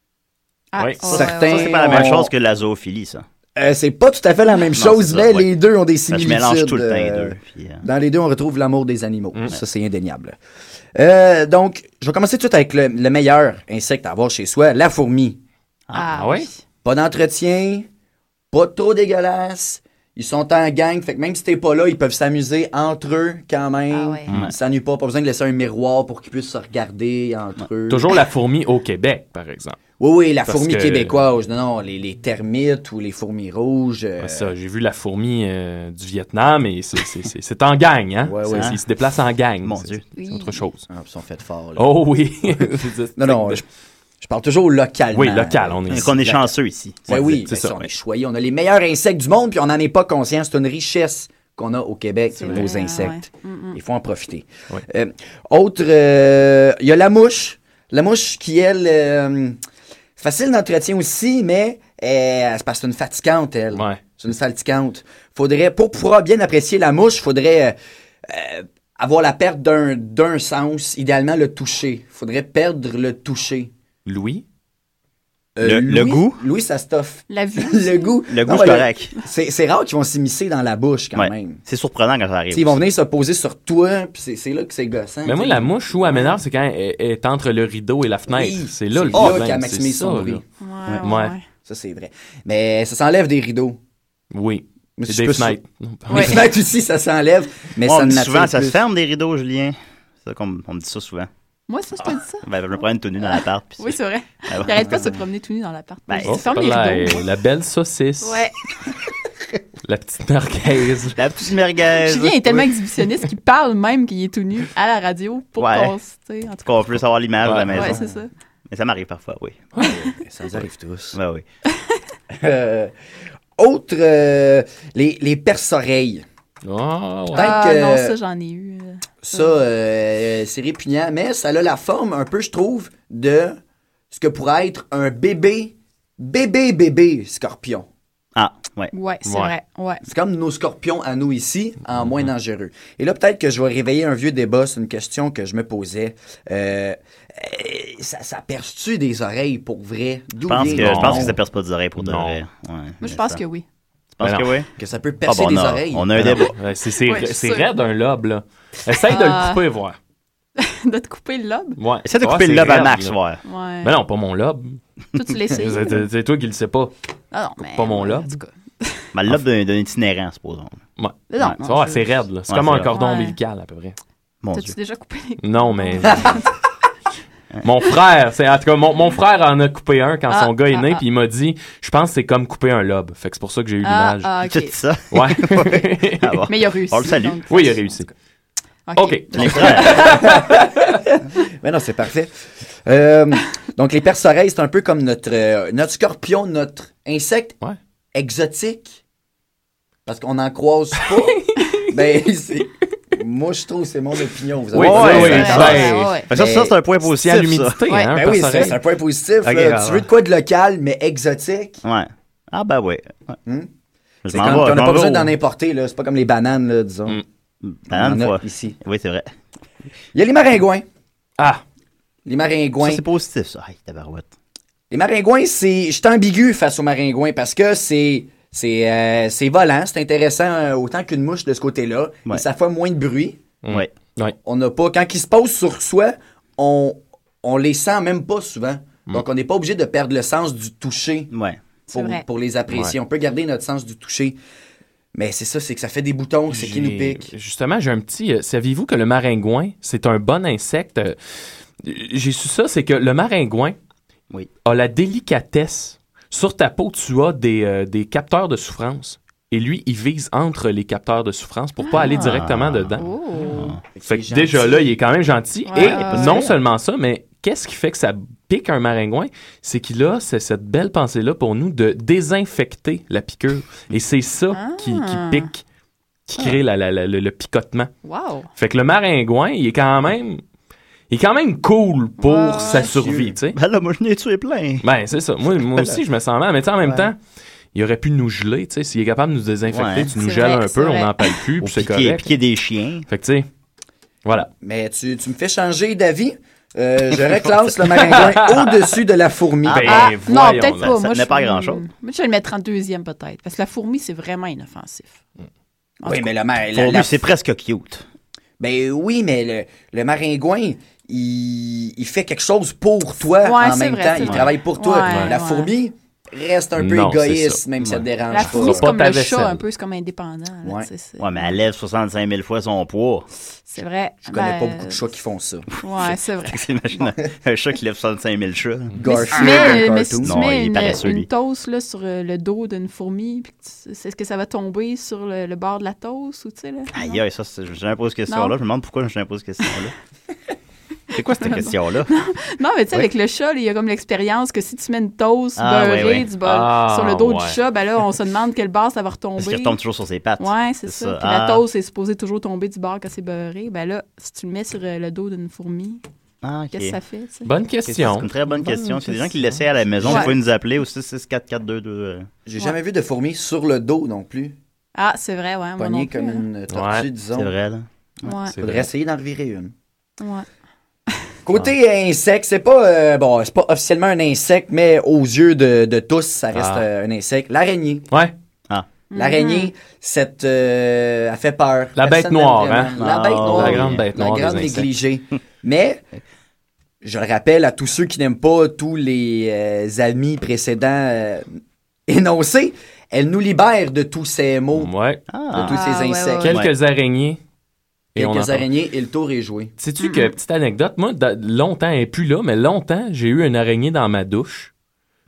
Ah, Oui. ouais, Certains- ouais, ouais. ça, c'est pas la même on- chose que la zoophilie, ça. Euh, c'est pas tout à fait la même Non, chose, c'est ça, mais ouais. les deux ont des Parce que je similitudes. mélange tout le temps les euh, deux. puis, euh, Dans les deux, on retrouve l'amour des animaux. Mm. Ça, c'est indéniable. Euh, donc, je vais commencer tout de suite avec le, le meilleur insecte à avoir chez soi, la fourmi. Ah, Ah ouais? oui. Pas d'entretien, pas trop dégueulasse. Ils sont en gang, fait que même si t'es pas là, ils peuvent s'amuser entre eux quand même. Ah ouais. Ils s'ennuient pas, pas besoin de laisser un miroir pour qu'ils puissent se regarder entre eux. Toujours la fourmi au Québec, par exemple. Oui, oui, la Parce fourmi que- québécoise. Non, non, les, les termites ou les fourmis rouges. euh, Ouais, ça, j'ai vu la fourmi euh, du Vietnam et c'est, c'est, c'est, c'est en gang, hein? Ouais, C'est- ouais. Ils se déplacent en gang. Mon c'est, Dieu. C'est Oui. autre chose. ah, ils sont faits forts. Là. Oh oui! Non, non, je, je parle toujours localement. Oui, local, on est Donc, on est chanceux ici. Ben Ouais, oui, c'est ben ça, ça, on ouais. est choyé. On a les meilleurs insectes du monde, puis on n'en est pas conscient. C'est une richesse qu'on a au Québec, C'est nos vrai, insectes. ouais. Mm, mm. Il faut en profiter. Ouais. Euh, autre, euh, il y a la mouche. La mouche qui, elle, euh, facile d'entretien aussi, mais euh, c'est parce que c'est une fatigante, elle. Ouais. C'est une fatigante. Faudrait, pour pouvoir bien apprécier la mouche, faudrait euh, euh, avoir la perte d'un, d'un sens, idéalement le toucher. Faudrait perdre le toucher. Louis? Le- le Louis- goût? Louis, ça stuff. La vue. le goût. Le goût, Non, c'est mais correct. C'est, c'est rare qu'ils vont s'immiscer dans la bouche quand Ouais. même. C'est surprenant quand ça arrive. T'sais, ils vont venir se poser sur toi, puis c'est, c'est là que c'est gossant. Mais moi, t'sais. la mouche où elle m'énerve, c'est quand elle elle est entre le rideau et la fenêtre. Oui, c'est là le c'est là problème. qu'elle c'est maximise ça, son là. bruit. Ouais, Ouais. ouais. Ça, c'est vrai. Mais ça s'enlève des rideaux. Oui. Mais C'est si je des peux- fenêtres. Non, Les fenêtres aussi, ça s'enlève. Mais Moi, on ça me dit nature souvent, ça se plus. ferme des rideaux, Julien. C'est ça qu'on me- on me dit ça souvent. Moi, ça, je te dis ça. Ben, je me promène tout nu dans l'appart. puis Oui, c'est- c'est vrai. Ah ouais. Il arrête pas de se promener tout nu dans l'appart. Ben, Il Oh, ferme les la, rideaux. la belle saucisse. Ouais. La petite merguez. La petite merguez. Julien est tellement exhibitionniste qu'il parle même qu'il est tout nu à la radio pour Ouais. qu'on se- tu sais, en tout cas. Qu'on puisse avoir l'image de la Ouais. maison. Ouais, c'est ça. Mais ça m'arrive parfois, oui. Ça nous arrive tous. Ben oui. Euh, autre, euh, les, les perce-oreilles. Oh, ouais. Ah que- non, ça, j'en ai eu. euh. Ça, euh, c'est répugnant, mais ça a la forme un peu, je trouve, de ce que pourrait être un bébé, bébé, bébé scorpion. Ah, ouais. Ouais, c'est Ouais. vrai. Ouais. C'est comme nos scorpions à nous ici, en moins dangereux. Et là, peut-être que je vais réveiller un vieux débat. C'est une question que je me posais. Euh, euh, ça, ça perce-tu des oreilles pour vrai? Je D'où pense, vient que, le je pense nom? que ça perce pas des oreilles pour de Non. vrai. Ouais, Moi, mais je pense ça- que oui. Tu penses Mais que non. oui? Que ça peut Ah, percer bon, des on a- oreilles. On a un Ben débat. non. Ouais, c'est c'est, Ouais, je suis c'est sûre. raide un lobe, là. Essaye de Ah. le couper, voir. De te couper le lobe? Ouais. Essaie de Ouais, couper le c'est lobe à raide, Max, là. ouais. Ouais. Mais non, pas mon lobe. Toi, tu l'essayes. C'est, c'est- c'est toi qui le sais pas. Ah non, mais. pas mon ouais, lobe. en tout cas. Mais le lobe d'un d'un itinérant, supposons. Ouais. Non, Ouais, non, tu vois, je- c'est raide, là. C'est Ouais, comme c'est un raide. cordon Ouais. ombilical, à peu près. Mon T'as-tu Dieu. déjà coupé les. Non, mais. Mon frère, c'est en tout cas, mon, mon frère en a coupé un quand Ah, son gars est ah, né, ah. puis il m'a dit, je pense que c'est comme couper un lobe. Fait que c'est pour ça que j'ai eu Ah, l'image. ah, Tu ok. dis ça? Ouais. Ah bon. Mais il a réussi. On le salue. donc- Oui, il a réussi. Ok. OK. Les frères. Mais non, c'est parfait. Euh, donc, les perce-oreilles, c'est un peu comme notre, euh, notre scorpion, notre insecte Ouais. exotique. Parce qu'on n'en croise pas. Ben, c'est... Moi, je trouve, c'est mon opinion. Vous avez Oui, raison. oui, oui. Ouais, Ben, ouais, ouais. Fait que ça, ça, c'est un point C'est positif, à ça. l'humidité, Ouais. hein, Ben un oui, c'est, perce-oreille. c'est un point positif. Ok, là. ouais, Tu ouais. veux de quoi de local, mais exotique? Ouais. Ah, ben oui. Ouais. Hmm? Je C'est m'en quand vais, on je n'a m'en pas vais besoin au- d'en importer. Là. C'est pas comme les bananes, là, disons. Hmm. Banane, On en a fois. ici. Oui, c'est vrai. Il y a les maringouins. Ah, Les maringouins. Ça, c'est positif, ça. Hey, tabarouette. Les maringouins, c'est. Je suis ambigu face aux maringouins parce que c'est. C'est, euh, c'est volant, c'est intéressant euh, autant qu'une mouche de ce côté-là. Ouais. Et ça fait moins de bruit. Ouais. ouais. On n'a pas. Quand ils se posent sur soi, on, on les sent même pas souvent. Donc on n'est pas obligé de perdre le sens du toucher Ouais. C'est pour, vrai. pour les apprécier. On peut garder notre sens du toucher. Mais c'est ça, c'est que ça fait des boutons, c'est qui nous J'ai- pique. Justement, j'ai un petit. euh, saviez-vous que le maringouin, c'est un bon insecte? Euh, J'ai su ça, c'est que le maringouin Oui. a la délicatesse. Sur ta peau, tu as des, euh, des capteurs de souffrance. Et lui, il vise entre les capteurs de souffrance pour pas aller directement dedans. Oh. Fait que C'est déjà gentil. là, il est quand même gentil. Ouais, Et ouais, non ouais. seulement ça, mais qu'est-ce qui fait que ça pique un maringouin? C'est qu'il a c'est cette belle pensée-là pour nous de désinfecter la piqûre. Et c'est ça qui, qui Ah. pique, qui crée la- la- la- le, le picotement. Wow. Fait que le maringouin, il est quand même... Il est quand même cool pour Ouais, sa ouais. survie, tu sais. Ben là, moi, je n'ai tué plein. Ben, c'est ça. Moi, moi aussi, je me sens mal. Mais tu sais, en même Ouais. temps, il aurait pu nous geler, tu sais. S'il est capable de nous désinfecter, Ouais. tu nous C'est gèles vrai, un c'est peu, vrai. on n'en parle plus, Ou puis c'est piquer, correct. piquer des chiens. Fait que tu sais, voilà. Mais tu, tu me fais changer d'avis. Euh, je reclasse le maringouin au-dessus de la fourmi. Ben, Ah, non, voyons peut-être donc. pas. Ça Moi, tenait je pas à suis- grand-chose. Moi, je vais le mettre en deuxième, peut-être. Parce que la fourmi, c'est vraiment inoffensif. En Oui, tout mais cas. le ma- la- Fourmi, la- c'est presque cute. Ben oui, mais le, le maringouin, il, il fait quelque chose pour toi Ouais, en c'est même vrai, temps. c'est Il vrai. travaille pour toi. Ouais, la ouais. fourmi reste un peu Non, c'est égoïste, ça. même si ça te dérange La pas. fourmi, c'est pas comme ta le vaisselle. chat, un peu. C'est comme indépendant. là, Ouais. tu sais, c'est- Ouais, mais elle lève soixante-cinq mille fois son poids. C'est vrai. Je connais Ben, pas beaucoup de chats qui font ça. Ouais, c'est vrai. T'imagines un, un chat qui lève soixante-cinq mille chats. Mais si Garfield, tu mets, un mais si cartoon. tu Non, mets il est une, paresseux, une lui. toast là, sur euh, le dos d'une fourmi, puis que tu- est-ce que ça va tomber sur le, le bord de la toast ou tu sais là? Aïe, aïe, ça, c'est- je me pose cette Non. question-là. Je me demande pourquoi je me pose cette question-là. C'est quoi cette question-là? Non, mais tu sais, Oui. avec le chat, là, il y a comme l'expérience que si tu mets une toast Ah, beurrée ouais, ouais. du bol Ah, sur le dos ouais. du chat, ben là, on se demande quel bord ça va retomber. Parce qu'il retombe toujours sur ses pattes. Ouais, c'est C'est ça. ça. Puis Ah. la toast est supposée toujours tomber du bord quand c'est beurré. Ben là, si tu le mets sur euh, le dos d'une fourmi, Ah, ok. qu'est-ce que ça fait, tu sais? Bonne Ok, ça, question. C'est une très bonne Bonne question. C'est des gens qui question. l'essaient à la maison. Ouais. Vous pouvez nous appeler au six six quatre quatre deux deux. euh. J'ai Ouais. jamais vu de fourmi sur le dos non plus. Ah, c'est vrai, ouais. Moi non Pogné plus, comme hein. une tortue, Ouais, disons. C'est vrai, là. Ouais, C'est Faudrait vrai. essayer d'en revirer une. ouais. Côté insecte, c'est pas euh, bon, c'est pas officiellement un insecte, mais aux yeux de, de tous, ça reste Ah. euh, un insecte. L'araignée. Ouais. L'araignée, cette, euh, elle fait peur. La bête Personne n'aime noire, vraiment. hein? La Ah, bête noire. La grande bête noire La grande des insectes. négligée. Mais, je le rappelle à tous ceux qui n'aiment pas tous les euh, amis précédents euh, énoncés, elle nous libère de tous ces mots, Ouais. Ah. de tous ces Ah, ouais, insectes. ouais, Quelques araignées. Et on en Quelques parle. araignées et le tour est joué. Sais-tu que, petite anecdote, moi, da- longtemps, elle est plus là, mais longtemps, j'ai eu une araignée dans ma douche.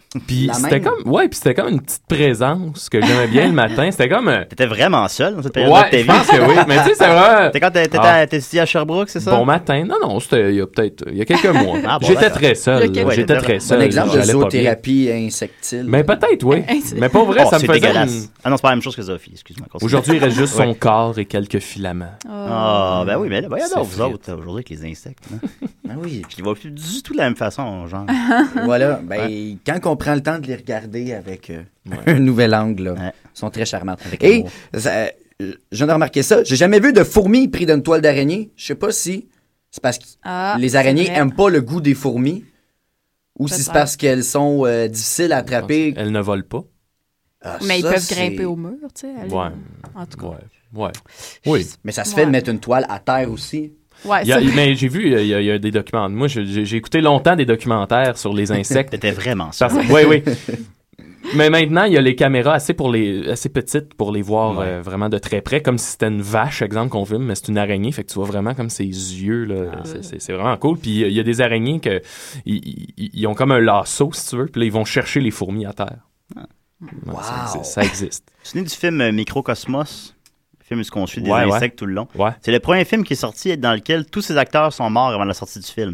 Puis La c'était même. comme, ouais, puis c'était comme une petite présence que j'aimais bien le matin. C'était comme, euh, T'étais vraiment seul dans cette période ouais, de ta je vie. pense que oui. Mais tu sais, c'est vrai. T'es quand t'étais Ah. à, t'étais ici à Sherbrooke, c'est ça? Bon matin. Non, non, c'était il y a peut-être, il y a quelques mois. Ah, bon, J'étais d'accord. très seul. Il y a quelques- J'étais Ouais, très bon seul. Un exemple de J'allais pas bien. zoothérapie insectile. Mais peut-être, oui. C'est- Mais pas vrai, Oh, ça me c'est faisait dégueulasse. une- Ah non, c'est pas la même chose que Sophie, excuse-moi. continue. Aujourd'hui, il reste juste Ouais. son corps et quelques filaments. Ah, ben oui, mais là, voyons C'est donc, vous frite. autres, aujourd'hui, avec les insectes. Hein. Ah oui. Je les vois plus du tout de la même façon, genre. Voilà. Ben, quand on prend le temps de les regarder avec euh, un nouvel angle, là, Ouais. ils sont très charmantes. Avec Et amour. ça, euh, je viens de remarquer ça. J'ai jamais vu de fourmis pris d'une toile d'araignée. Je sais pas si c'est parce que Ah, les c'est araignées vrai. aiment pas le goût des fourmis ou si c'est Peut-être. parce qu'elles sont euh, difficiles à attraper. Elle ne vole pas. Ah, Mais ils ça, peuvent c'est- grimper au mur, tu sais. aller- Ouais. En tout cas. Ouais. Ouais. Oui. Mais ça se Ouais. fait de mettre une toile à terre aussi. Ouais, Il y a- ça- mais j'ai vu, il y, a, il y a des documents. Moi, je- j'ai j'ai écouté longtemps des documentaires sur les insectes. T'étais vraiment seul. Parce- Oui, oui. Mais maintenant, il y a les caméras assez pour les assez petites pour les voir Ouais. euh, vraiment de très près, comme si c'était une vache, exemple, qu'on filme, mais c'est une araignée, fait que tu vois vraiment comme ses yeux, là. Ah. C'est- C'est c'est vraiment cool. Puis il y a des araignées que ils, ils- ils ont comme un lasso, si tu veux, puis là, ils vont chercher les fourmis à terre. Ah. Ouais, Wow. ça, c'est- ça existe. Tu te souviens du film euh, Microcosmos? Le film où on suit des Ouais, ouais. insectes tout le long. Ouais. C'est le premier film qui est sorti dans lequel tous ces acteurs sont morts avant la sortie du film.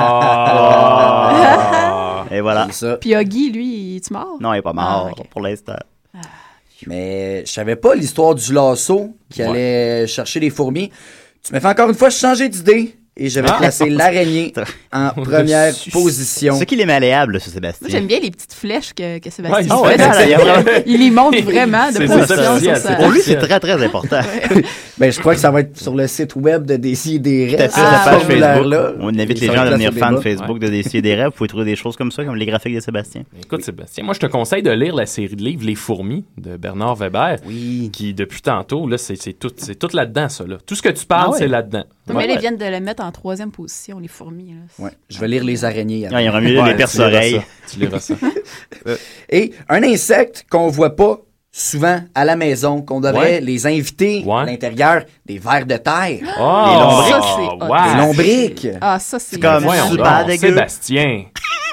Oh! Et voilà. C'est ça. Puis Huggy, lui, il est mort? Non, il est pas mort Ah, ok. pour l'instant. Mais je savais pas l'histoire du lasso qui Ouais. allait chercher les fourmis. Tu m'as fait encore une fois changer d'idée et je vais Ah. placer l'araignée en première position. C'est qu'il est malléable, ce Sébastien. Moi, j'aime bien les petites flèches que, que Sébastien Ouais, fait. ah ouais, il y a vraiment- Il les montre vraiment de C'est- position c'est sur officiel, sa... c'est Pour lui, c'est très, très important. Ben, je crois que ça va être sur le site web de Décideret. Tout à fait, Ah, la page ouais. Facebook. Là. On invite Et les ça gens va à être devenir place au fans débat. Facebook de Décider des rêves. Vous pouvez trouver des choses comme ça, comme les graphiques de Sébastien. Écoute, Sébastien, moi, je te conseille de lire la série de livres Les Fourmis de Bernard Weber. Oui. Qui, depuis tantôt, là, c'est c'est tout, c'est tout là-dedans, ça. Là. Tout ce que tu parles, Ah ouais. c'est là-dedans. Mais Ouais. là, ils viennent de le mettre en troisième position, les fourmis. Là. Ouais, je vais lire les araignées. avant. Ah, il aurait mieux lire Ouais, les tu perce-oreilles. liras ça. Tu liras ça. Et un insecte qu'on voit pas souvent à la maison, qu'on devrait Ouais. les inviter Ouais. à l'intérieur, des vers de terre, Oh, Les lombriques. Ça, c'est hot. wow. des lombriques. Ah, ça, c'est... C'est comme- Voyons super donc, dégueu. Sébastien.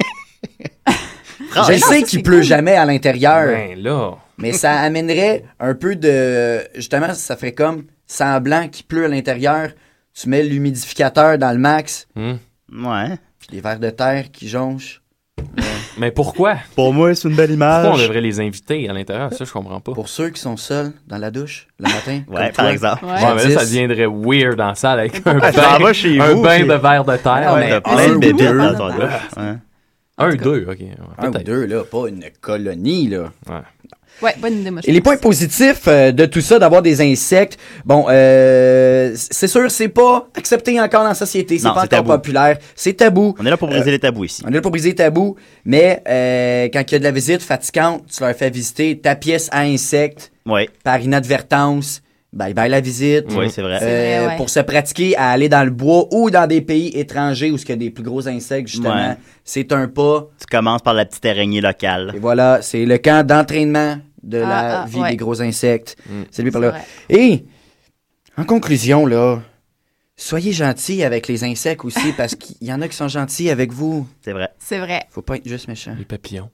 Je mais non, sais ça, qu'il c'est pleut cool. jamais à l'intérieur, Ben là. mais ça amènerait un peu de... Justement, ça ferait comme semblant qu'il pleut à l'intérieur. Tu mets l'humidificateur dans le max, Hmm. Ouais. puis les vers de terre qui jonchent. Mais pourquoi? Pour moi, c'est une belle Pourquoi on image. devrait les inviter à l'intérieur? Ça, je comprends pas. Pour ceux qui sont seuls dans la douche le matin. Ouais, comme par toi. exemple. Ouais. Ouais, mais là, ça Jadis. deviendrait weird en salle avec un Ouais, t'en bain, vas chez un vous, bain puis- de verre de terre. Ah, Ouais, mais t'as un plein de ou bébites deux. dans ton douche. Ouais. Un, deux, ok. Ouais, Un ou peut-être. deux, là, pas une colonie, là. Ouais. Ouais, bonne idée, moi, je Et les pense. points positifs euh, de tout ça, d'avoir des insectes, bon, euh, c'est sûr, c'est pas accepté encore dans la société, c'est Non, pas c'est encore tabou. populaire, c'est tabou. On est là pour briser les tabous ici. On est là pour briser les tabous, mais euh, quand il y a de la visite fatigante, tu leur fais visiter ta pièce à insectes Oui, par inadvertance, bye bye la visite. oui, c'est vrai. Euh, C'est vrai, ouais. Pour se pratiquer à aller dans le bois ou dans des pays étrangers où il y a des plus gros insectes, justement, Ouais. c'est un pas. Tu commences par la petite araignée locale. Et voilà, c'est le camp d'entraînement de Ah, la ah, vie ouais. des gros insectes. Mm. C'est lui par C'est là. vrai. Et, en conclusion, là, soyez gentils avec les insectes aussi, parce qu'il y en a qui sont gentils avec vous. C'est vrai. C'est vrai. Faut pas être juste méchant. Les papillons.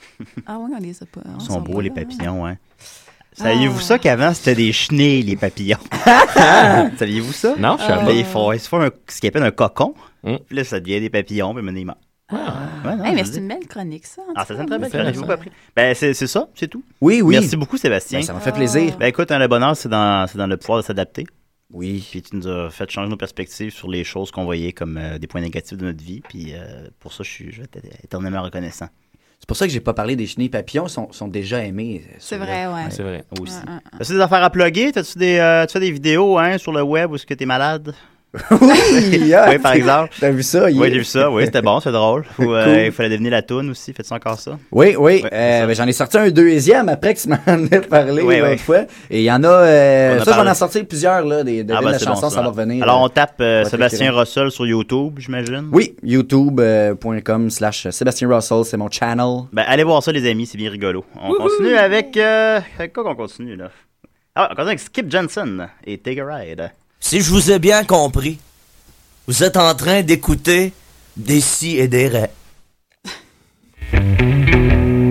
Ah oui, on les a pas. on Ils s'en sont beaux, pas les là, hein. papillons, ouais. Saviez-vous Ah. ça qu'avant, c'était des chenilles, les papillons? Saviez-vous ça? Non, je savais Ah. Là, ils font, ils se font un- ce qu'ils appellent un cocon. Mm. Puis là, ça devient des papillons, puis maintenant, ils meurent. Ouais, non, Hey, je mais le c'est dis. une belle chronique, ça. en Ah, tout ça cas. sent très bien. Intéressant. J'ai beaucoup appris. Ben, c'est c'est ça, c'est tout. Oui, oui. Merci beaucoup, Sébastien. Ben, ça m'a fait plaisir. Ben, écoute, hein, le bonheur, c'est dans, c'est dans le pouvoir de s'adapter. Oui. Puis tu nous as fait changer nos perspectives sur les choses qu'on voyait comme euh, des points négatifs de notre vie. Puis euh, pour ça, je suis je vais être éternellement reconnaissant. C'est pour ça que j'ai pas parlé des chenilles papillons, sont, sont déjà aimés. euh, C'est ceux-là. vrai, ouais. C'est vrai. Aussi. Ouais, ouais, ouais. As-tu des affaires à plugger? T'as-tu des, euh, tu fais des vidéos hein, sur le web où est-ce que t'es malade? oui, ah, Oui, par exemple. T'as vu ça? il- Oui, j'ai vu ça. Oui, c'était bon, c'est drôle. Ou, euh, Cool. il fallait devenir la toune aussi. Fais-tu encore ça? Oui, oui. Ouais, euh, c'est ça. ben, j'en ai sorti un deuxième après que tu m'en as parlé Oui, l'autre oui. fois. Et il y en a... euh, On a ça, j'en parlé. ai sorti plusieurs, là, des, de Ah, de ben, la c'est chanson, bon, ça va revenir. Alors, euh, on tape euh, va être Sébastien récurrent. Russell sur YouTube, j'imagine? Oui, youtube.com slash Sébastien Russell, c'est mon channel. Ben, allez voir ça, les amis, c'est bien rigolo. On continue avec... Euh, avec quoi qu'on continue, là? Ah, on continue avec Skip Johnson et Take a Ride. Si je vous ai bien compris, vous êtes en train d'écouter des si et des raies.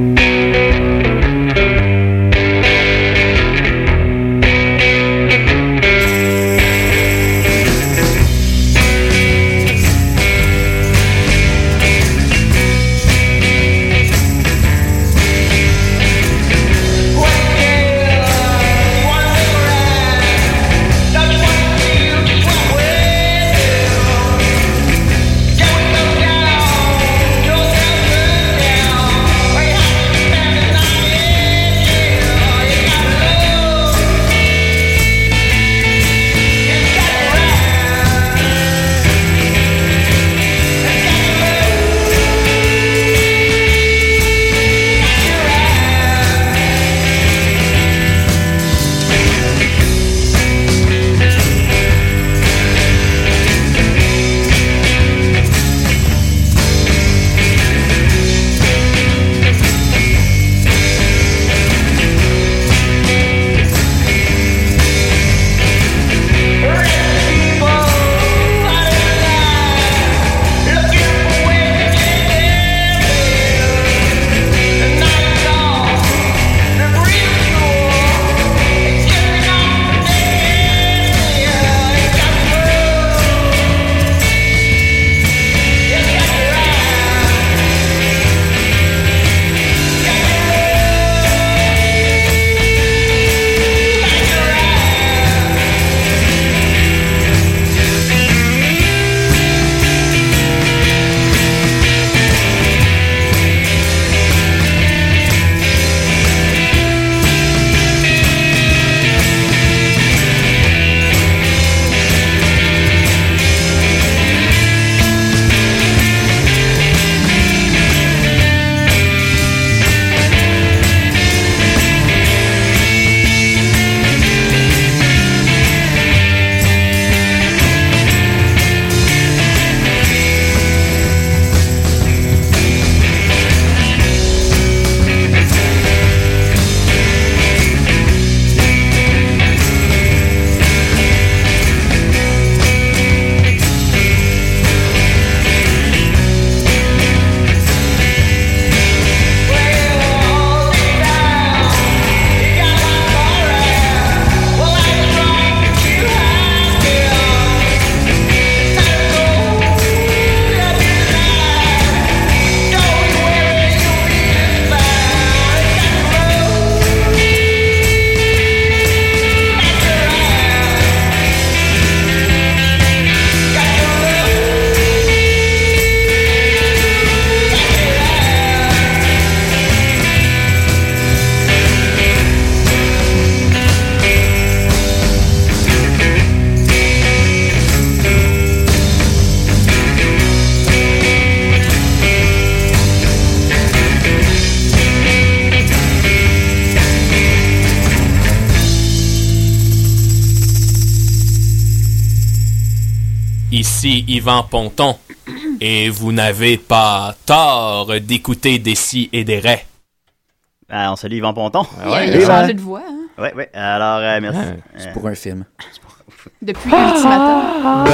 ici Yvan Ponton. Et vous n'avez pas tort d'écouter des si et des ré. Ah, on salue Yvan Ponton. Il a, il a changé de voix. Hein? Oui, oui. Alors, euh, merci. Ouais, c'est Euh, pour un film. Depuis Ultimatum.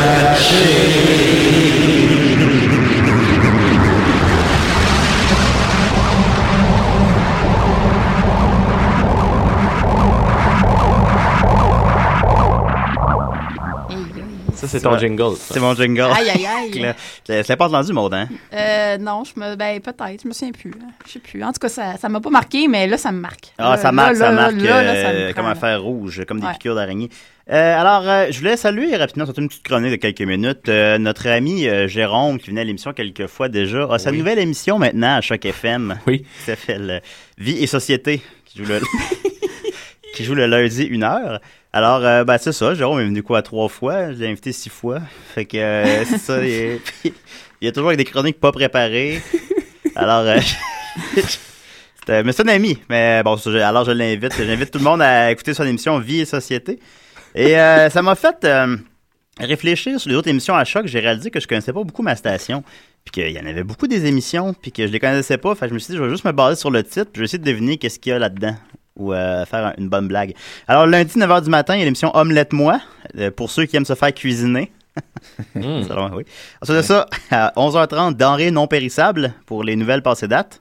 Ça, c'est ton jingle. ça. C'est mon jingle. Aïe, aïe, aïe. Cla- Cla- Tu l'as pas entendu, Maud, hein? Euh, non, je me, ben peut-être, je me souviens plus. hein. Je sais plus. En tout cas, ça, ça m'a pas marqué, mais là, ça me marque. Ah, Là, ça marque, là, ça là, marque là, là, ça me euh, prend, comme un là. fer rouge, comme des Ouais. piqûres d'araignée. Euh, alors, euh, je voulais saluer rapidement, surtout une petite chronique de quelques minutes, euh, notre ami euh, Jérôme, qui venait à l'émission quelques fois déjà, a sa Oui. nouvelle émission maintenant à Choc F M, Oui. qui s'appelle Vie et Société, qui joue le, qui joue le lundi une heure. Alors, euh, ben, c'est ça, Jérôme est venu quoi, trois fois, je l'ai invité six fois, fait que euh, c'est ça, il est, il y a toujours avec des chroniques pas préparées. Alors, euh, c'était- mais c'est un ami. Mais bon, ça, je- alors je l'invite. J'invite tout le monde à écouter son émission Vie et Société. Et euh, ça m'a fait euh, réfléchir sur les autres émissions à Choc. J'ai réalisé que je connaissais pas beaucoup ma station. Puis qu'il y en avait beaucoup des émissions. Puis que je les connaissais pas. Fait que je me suis dit, je vais juste me baser sur le titre. Puis je vais essayer de deviner qu'est-ce qu'il y a là-dedans. Ou euh, faire un- une bonne blague. Alors, lundi, neuf heures du matin, il y a l'émission Omelette-moi. euh, pour ceux qui aiment se faire cuisiner. Mm. C'est vraiment- oui. Ensuite de ça, à onze heures trente, denrées non périssables pour les nouvelles passées dates.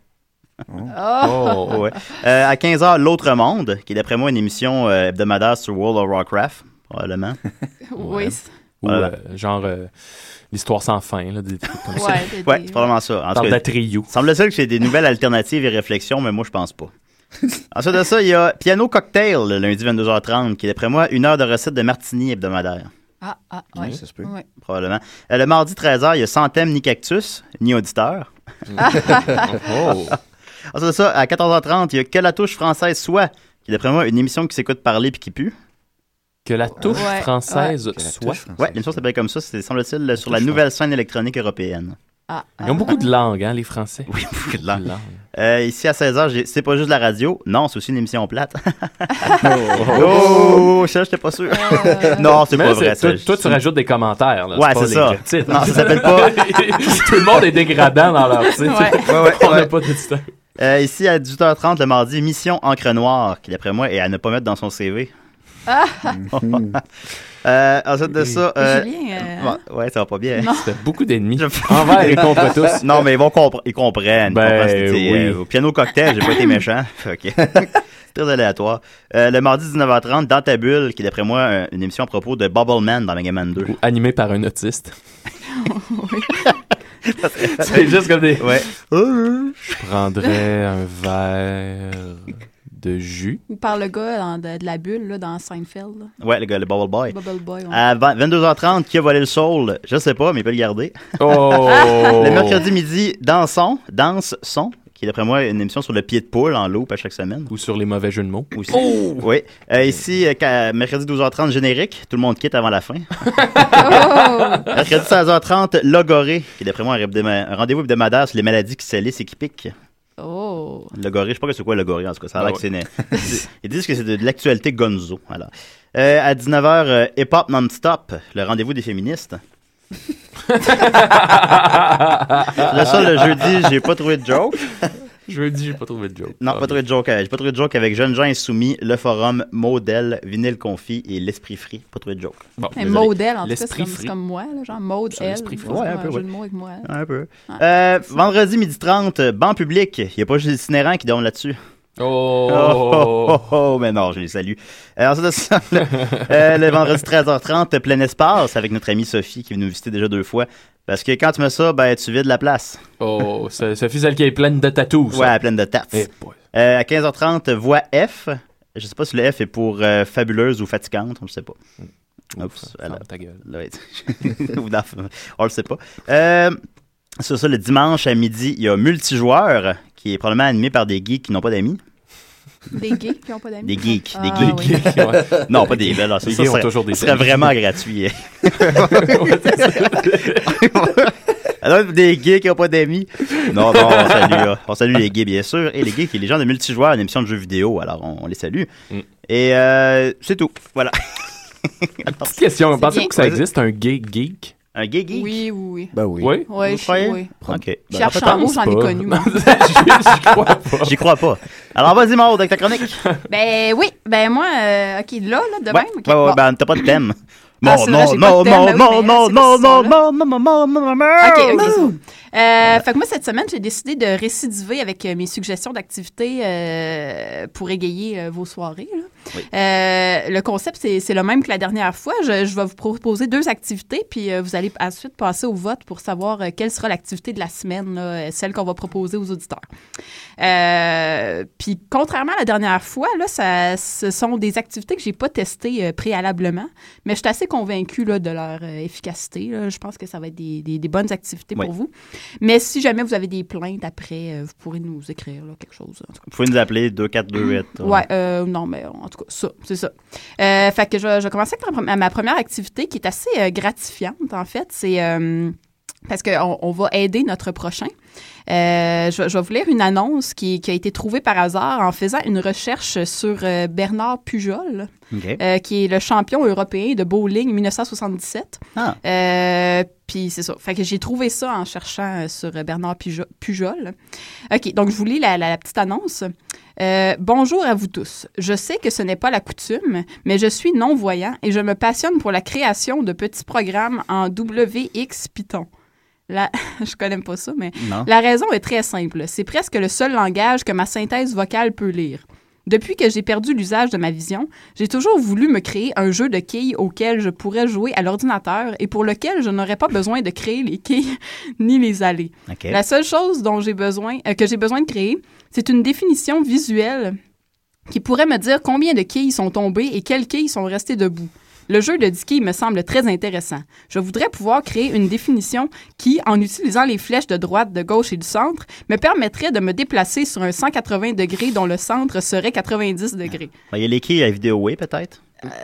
Oh. Ouais. Euh, à quinze heures, L'Autre Monde, qui est d'après moi une émission euh, hebdomadaire sur World of Warcraft, probablement. Oui. Ou Voilà. euh, genre euh, l'histoire sans fin, là, des trucs comme ça. Ouais, des- Ouais, des- c'est probablement ça. En tout Parle cas, d'Atreyu. semble-t-il que c'est des nouvelles alternatives et réflexions, mais moi, je pense pas. Ensuite de ça, il y a Piano Cocktail, le lundi vingt-deux heures trente, qui est d'après moi une heure de recette de martini hebdomadaire, Ah, ah, ouais. Oui, ça se peut. Ouais. probablement. Euh, le mardi treize heures, il y a Sans thème ni cactus, ni auditeur. Oh. Ensuite de ça, à quatorze heures trente, il y a Que la touche française soit, qui est d'après moi une émission qui s'écoute parler puis qui pue. Que la touche Ouais, française Que la soit. touche française. Ouais, l'émission s'appelle comme ça, c'est semble-t-il sur la touche nouvelle scène électronique européenne. Ah, Ils ont beaucoup de langues, hein, les Français. Oui, beaucoup de langue. Langues. Euh, ici à seize heures, j'ai- c'est pas juste la radio. Non, c'est aussi une émission plate. Oh. oh, ça, j'étais pas sûr. Euh, non, c'est Mais pas là, vrai. c'est- toi, ça. toi, tu rajoutes des commentaires. Là, Ouais, pas c'est les ça. vrais titres. Non, ça s'appelle pas. Tout le monde est dégradant dans leur titre. Ouais. Ouais, ouais, On n'a ouais. pas d'éditeur. Euh, ici à dix-huit heures trente, le mardi, Mission Encre Noire, qui d'après moi est à ne pas mettre dans son C V. euh, ensuite de ça. Euh, Julien, euh, ouais, ouais, ça va pas bien. Non. T'as beaucoup d'ennemis. Je- Envers et contre tous. Non, mais ils vont compre- ils comprennent. Ils Ben, comprennent ce que c'est. oui. Euh, au piano cocktail, j'ai pas été méchant. Fait que- c'est très aléatoire. Euh, le mardi dix-neuf heures trente, Dans ta bulle, qui est d'après moi un- une émission à propos de Bubble Man dans Mega Man deux. Ou animé par un autiste. C'est juste comme des. Ouais. Je prendrais un verre de jus. Ou par le gars dans- de, de la bulle, là, dans Seinfeld. Là. Ouais, le gars, le Bubble Boy. Bubble Boy. ouais. À vingt- vingt-deux heures trente, qui a volé le soul? Je sais pas, mais il peut le garder. Oh! Le mercredi midi, Dansons, Danse Son, qui est d'après moi une émission sur le pied de poule en loop à chaque semaine. Ou sur les mauvais jeux de mots. Aussi. Oui. Euh, ici, euh, quand- mercredi douze heures trente, générique. Tout le monde quitte avant la fin. Oh! Mercredi seize heures trente, Logoré, qui est d'après moi un, hebdoma- un rendez-vous hebdomadaire sur les maladies qui s'allient et qui piquent. Oh! Logoré, je sais pas que c'est quoi Logoré en tout cas. Ça a l'air Ah que c'est une- c'est- Ils disent que c'est de, de l'actualité gonzo. Alors. Euh, à dix-neuf heures, euh, Hip Hop Non-Stop, le rendez-vous des féministes. Là, ça, le jeudi, j'ai pas trouvé de joke. Jeudi, j'ai pas trouvé de joke. Non, Ah, pas trouvé de joke. euh, J'ai pas trouvé de joke avec Jeunes gens insoumis, le forum, Modèle, Vinyle Confi et l'Esprit Free. Pas trouvé de joke. Bon, Un désolé. modèle, en tout cas, c'est L'esprit comme, c'est free. comme moi, là, genre mode, C'est elle. l'esprit free. C'est Ouais, un comme peu, un ouais. jeu de mots avec moi. Un peu. Ah. Euh, vendredi midi trente, banc public. Il n'y a pas juste les itinérants qui dorment là-dessus. Oh! Oh, oh, oh, oh, mais non, je les salue. Euh, ensuite de ça, le, euh, le vendredi treize heures trente, plein espace avec notre amie Sophie qui est venue nous visiter déjà deux fois. Parce que quand tu mets ça, ben tu vides la place. Oh, ça, Sophie, celle qui est pleine de tatous. ça. Ouais, pleine de tartes. Eh, boy. Euh, à quinze heures trente, voix F. Je sais pas si le F est pour euh, fabuleuse ou fatigante, on le sait pas. Oups, Ferme alors, ta gueule. là, ou dans- on le sait pas. Euh, sur ça, le dimanche à midi, il y a Multijoueur, qui est probablement animé par des geeks qui n'ont pas d'amis. Des gays qui n'ont pas d'amis. Des geeks, des Ah, geeks. oui. Ouais. Non, pas des belles. là, ça, Les ça gays ont serait, toujours des ça serait amis. vraiment gratuit. Alors, des gays qui n'ont pas d'amis. Non, non, on salue, là. On salue les gays, bien sûr. Et les gays qui sont les gens de Multijoueur, une émission de jeux vidéo. Alors, on, on les salue. Mm. Et euh, c'est tout. Voilà. Petite question, C'est pensez-vous bien. que ça existe, un gay geek? Un gay geek? Oui, oui, oui. Ben oui. Oui? Oui, Vous je croyez? oui. OK. Ben, Cherche peut-être. en mot, j'en ai pas. connu, moi. J'y crois pas. J'y crois pas. Alors, vas-y, Maud, avec ta chronique. Ben oui, ben moi, euh, OK, là, là, de Ouais, même. ouais, OK, ouais, bon. ben, t'as pas de thème. Ah, Non, c'est vrai, non, j'ai pas non, de thème, non, ben oui, non, mais non, c'est non, pas non, ça, non, non, non, non, non, OK, OK, c'est bon. Euh, fait que moi, cette semaine, j'ai décidé de récidiver avec euh, mes suggestions d'activités euh, pour égayer euh, vos soirées. Là. Oui. Euh, le concept, c'est, c'est le même que la dernière fois. Je, je vais vous proposer deux activités, puis euh, vous allez ensuite passer au vote pour savoir euh, quelle sera l'activité de la semaine, là, celle qu'on va proposer aux auditeurs. Euh, puis, contrairement à la dernière fois, là, ça, ce sont des activités que j'ai pas testées euh, préalablement, mais je suis assez convaincue là, de leur euh, efficacité. Là. Je pense que ça va être des, des, des bonnes activités Oui. pour vous. Mais si jamais vous avez des plaintes après, euh, vous pourrez nous écrire là, quelque chose. En tout cas. Vous pouvez nous appeler deux quatre deux huit. Ouais, euh, non, mais en tout cas, ça, c'est ça. Euh, fait que je, je vais commencer avec ma, ma première activité qui est assez euh, gratifiante, en fait. C'est euh, parce qu'on on va aider notre prochain. Euh, je, je vais vous lire une annonce qui, qui a été trouvée par hasard en faisant une recherche sur euh, Bernard Pujol, OK. euh, qui est le champion européen de bowling dix-neuf cent soixante-dix-sept. Ah. Euh, Puis c'est ça. Fait que j'ai trouvé ça en cherchant euh, sur euh, Bernard Pujo- Pujol. OK, donc je vous lis la, la, la petite annonce. Euh, Bonjour à vous tous. Je sais que ce n'est pas la coutume, mais je suis non-voyant et je me passionne pour la création de petits programmes en W X Python. La... je connais pas ça, mais Non. la raison est très simple. C'est presque le seul langage que ma synthèse vocale peut lire. Depuis que j'ai perdu l'usage de ma vision, j'ai toujours voulu me créer un jeu de quilles auquel je pourrais jouer à l'ordinateur et pour lequel je n'aurais pas besoin de créer les quilles ni les allées. OK. La seule chose dont j'ai besoin, euh, que j'ai besoin de créer, c'est une définition visuelle qui pourrait me dire combien de quilles sont tombées et quelles quilles sont restées debout. Le jeu de dix quilles me semble très intéressant. Je voudrais pouvoir créer une définition qui, en utilisant les flèches de droite, de gauche et du centre, me permettrait de me déplacer sur un cent quatre-vingts degrés dont le centre serait quatre-vingt-dix degrés. Ben, il y a les quilles à vidéo, oui, peut-être.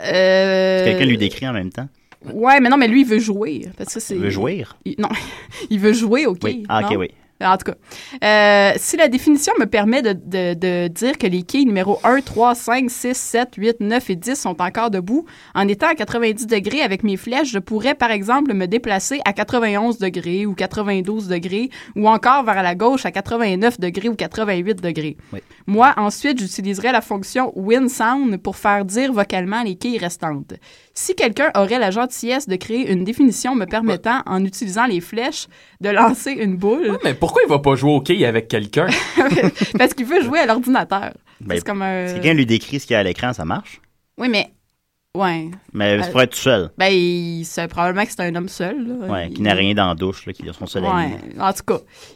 Euh... Quelqu'un lui décrit en même temps. Ouais, mais non, mais lui, il veut jouer. Parce que c'est... Il veut jouer? Il- Non, il veut jouer au quilles. Oui. Ah, OK, non? oui. En tout cas, euh, si la définition me permet de, de, de dire que les quilles numéro un, trois, cinq, six, sept, huit, neuf et dix sont encore debout, en étant à quatre-vingt-dix degrés avec mes flèches, je pourrais par exemple me déplacer à quatre-vingt-onze degrés ou quatre-vingt-douze degrés ou encore vers la gauche à quatre-vingt-neuf degrés ou quatre-vingt-huit degrés. Oui. Moi, ensuite, j'utiliserais la fonction WinSound pour faire dire vocalement les quilles restantes. Si quelqu'un aurait la gentillesse de créer une définition me permettant, en utilisant les flèches, de lancer une boule... Ouais, mais pourquoi il va pas jouer au quilles avec quelqu'un? Parce qu'il veut jouer à l'ordinateur. Ben, c'est comme un... Si quelqu'un lui décrit ce qu'il y a à l'écran, ça marche. Oui, mais... Ouais. Mais Euh, c'est pour être tout seul. Ben, il... c'est probablement que c'est un homme seul. Là. Ouais, Il- qui n'a rien dans la douche, là, qui a son seul ami. Ouais, en tout cas.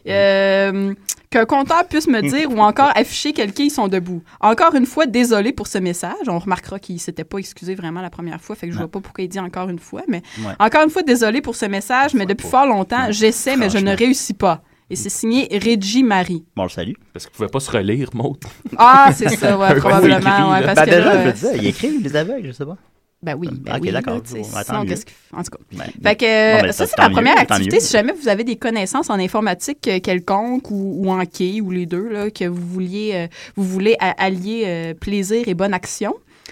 Euh, qu'un compteur puisse me dire ou encore afficher quels quilles sont debout. Encore une fois, désolé pour ce message. On remarquera qu'il s'était pas excusé vraiment la première fois, fait que je Non. vois pas pourquoi il dit encore une fois. Mais Ouais. encore une fois, désolé pour ce message, mais depuis fort longtemps, Ouais. j'essaie, mais je ne Franchement. réussis pas. Et c'est signé Reggie Marie. Bon, le salut. Parce qu'il pouvait pas se relire, Maud. Ah, c'est ça, ouais, probablement. Ouais, parce Ben, que déjà, là, je veux dire, il écrit les aveugles, je sais pas. Ben oui, ben Ok, oui. d'accord. là, tu sais, Bon, ben, tant sinon, mieux. qu'est-ce qu'il f- En tout cas. Ben, Fait que, bon, ben, ça, ça, c'est tant la mieux, première tant activité. mieux. Si jamais vous avez des connaissances en informatique euh, quelconque ou, ou en quai ou les deux, là, que vous vouliez, euh, vous voulez a- allier euh, plaisir et bonne action,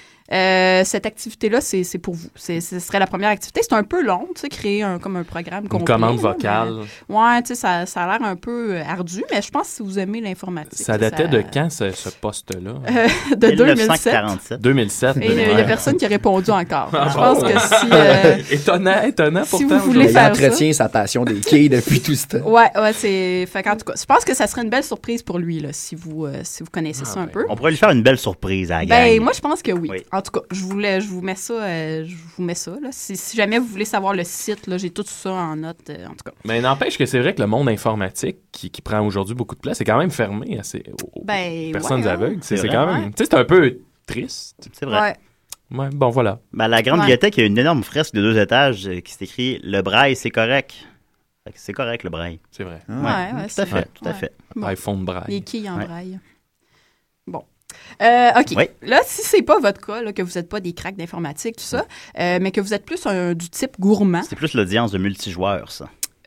euh, cette activité-là, c'est c'est pour vous. C'est- Ce serait la première activité. C'est un peu long, tu sais, créer un, comme un programme Une complet. commande là, vocale. mais- ouais, tu sais, ça, ça a l'air un peu euh, ardu, mais je pense que si vous aimez l'informatique. Ça datait de quand, ce, ce poste-là? Euh, de deux mille sept. deux mille sept. Et il n'y a ouais. personne qui a répondu encore. Ah Je bon? pense que si... euh, Étonnant, étonnant si pourtant. vous voulez Il faire entretient sa passion des quilles depuis tout ce temps. Ouais, ouais, c'est. Fait qu'en tout cas, je pense que ça serait une belle surprise pour lui, là, si vous, euh, si vous connaissez ça un peu. On pourrait lui faire une belle surprise à la Ben, gang. moi, je pense que oui. Oui. En tout cas, je voulais, je vous mets ça, euh, je vous mets ça, là. Si, si jamais vous voulez savoir le site, là, j'ai tout ça en note, euh, en tout cas. Mais n'empêche que c'est vrai que le monde informatique, qui, qui prend aujourd'hui beaucoup de place, est quand même fermé à ces, aux, aux Ben, personnes ouais, hein. aveugles. C'est C'est c'est vrai, quand même... ouais. Tu sais, c'est un peu triste. C'est vrai. Ouais. Ouais, bon, voilà. Ben, à la Grande Ouais. Bibliothèque, il y a une énorme fresque de deux étages euh, qui s'écrit « Le braille, c'est correct ». Fait que c'est correct, le braille. C'est vrai. Ouais, ouais, tout à c'est- fait, tout à ouais. fait. Bon. iPhone braille. Les quilles en Ouais. braille. Bon. Euh, OK. Oui. Là, si c'est pas votre cas, là, que vous n'êtes pas des cracks d'informatique, tout ça, euh, mais que vous êtes plus un, du type gourmand, C'est plus l'audience de multijoueurs, ça.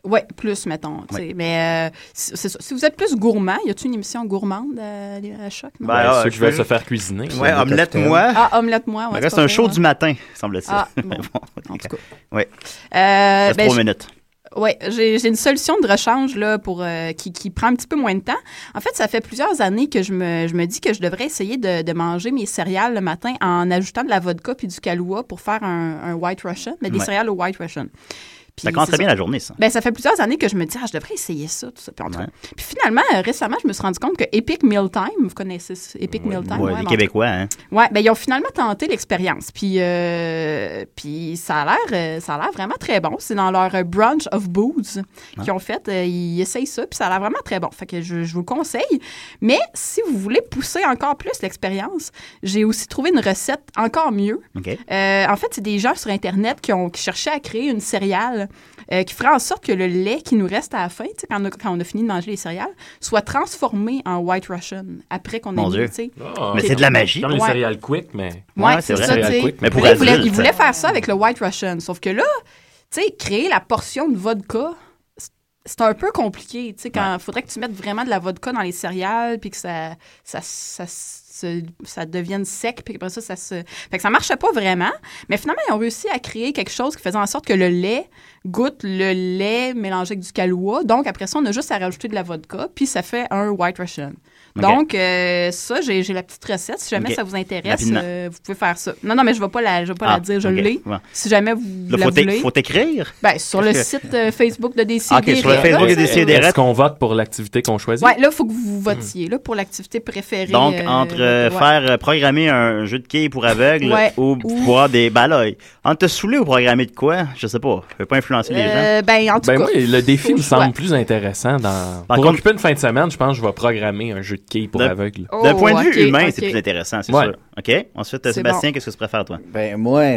Oui, plus, mettons. Oui. Mais euh, c'est c'est ça. Si vous êtes plus gourmand, y a-t-il une émission gourmande à, à Choc? Non? Ben, ah, ceux qui je veulent veux- se faire cuisiner. Ouais, ça, omelette-moi. Ah, omelette-moi. Ouais, Ben là, c'est pas un pire, show ouais. du matin, semble-t-il. Ah, bon. Mais bon, En tout cas. Oui. Euh, Reste ben, trois je- minutes. Oui, j'ai j'ai une solution de rechange là, pour, euh, qui, qui prend un petit peu moins de temps. En fait, ça fait plusieurs années que je me, je me dis que je devrais essayer de, de manger mes céréales le matin en ajoutant de la vodka puis du Kahlua pour faire un, un White Russian, mais des Ouais. céréales au White Russian. Puis Ça commence c'est très bien la journée, ça. Ben, ça fait plusieurs années que je me dis, ah, je devrais essayer ça, tout ça. Puis, en tout cas. Ouais. Puis finalement, euh, récemment, je me suis rendu compte que Epic Mealtime, vous connaissez ça, Epic Mealtime? Ouais, ouais, les bon, Québécois, hein. Ouais, ben ils ont finalement tenté l'expérience. Puis, euh, puis ça a l'air, euh, ça a l'air vraiment très bon. C'est dans leur euh, brunch of booze qu'ils ont fait. Euh, ils essayent ça, puis ça a l'air vraiment très bon. Fait que je, je vous le conseille. Mais si vous voulez pousser encore plus l'expérience, j'ai aussi trouvé une recette encore mieux. OK. Euh, en fait, c'est des gens sur Internet qui ont qui cherchaient à créer une céréale euh, qui ferait en sorte que le lait qui nous reste à la fin, tu sais, quand, on a- quand on a fini de manger les céréales, soit transformé en White Russian après qu'on ait Mon mis, Dieu. tu sais. Ah, Mais c'est de la magie. Comme les Ouais. céréales quick, mais. Ouais, Ouais, c'est c'est ça, vrai. tu sais. Céréales quick, mais pour Là, il, voulait, adultes, il voulait ça. faire ça avec le White Russian. Sauf que là, tu sais, créer la portion de vodka, c'est- c'est un peu compliqué. Tu sais, quand il faudrait que tu mettes vraiment de la vodka dans les céréales, puis que ça, ça, ça, se- ça devienne sec, puis après ça, ça se... Fait que ça marchait pas vraiment. Mais finalement, ils ont réussi à créer quelque chose qui faisait en sorte que le lait goûte le lait mélangé avec du Kahlua. Donc, après ça, on a juste à rajouter de la vodka, puis ça fait un White Russian. OK. Donc, euh, ça, j'ai j'ai la petite recette. Si jamais OK. ça vous intéresse, Rapidement. euh, vous pouvez faire ça. Non, non, mais je ne vais pas la, je vais pas Ah, la dire, je OK. l'ai. Ouais. Si jamais vous Là, la faut t'é- voulez. faut t'écrire. Ben, sur le Qu'est-ce que- site euh, Facebook de Décideret. OK, sur le Facebook de Décideret. Est-ce qu'on vote pour l'activité qu'on choisit? Ouais, là, il faut que vous votiez là, pour l'activité préférée. Donc, euh, entre de- euh, ouais. faire euh, programmer un jeu de quilles pour aveugles Ouais, ou ou- boire des baloilles. Entre te saouler ou programmer de quoi, je sais pas. Je veux pas influencer les gens. Euh, ben, en tout Ben cas. moi, le défi au me choix. semble plus intéressant. Dans... Par Pour contre- occuper une fin de semaine, je pense que je vais programmer un jeu de quilles pour De- aveugles. D'un Oh, point de vue ok, humain, ok. c'est plus intéressant, c'est Ouais. sûr. OK? Ensuite, euh, C'est Sébastien, bon. qu'est-ce que tu préfères, toi? Ben moi,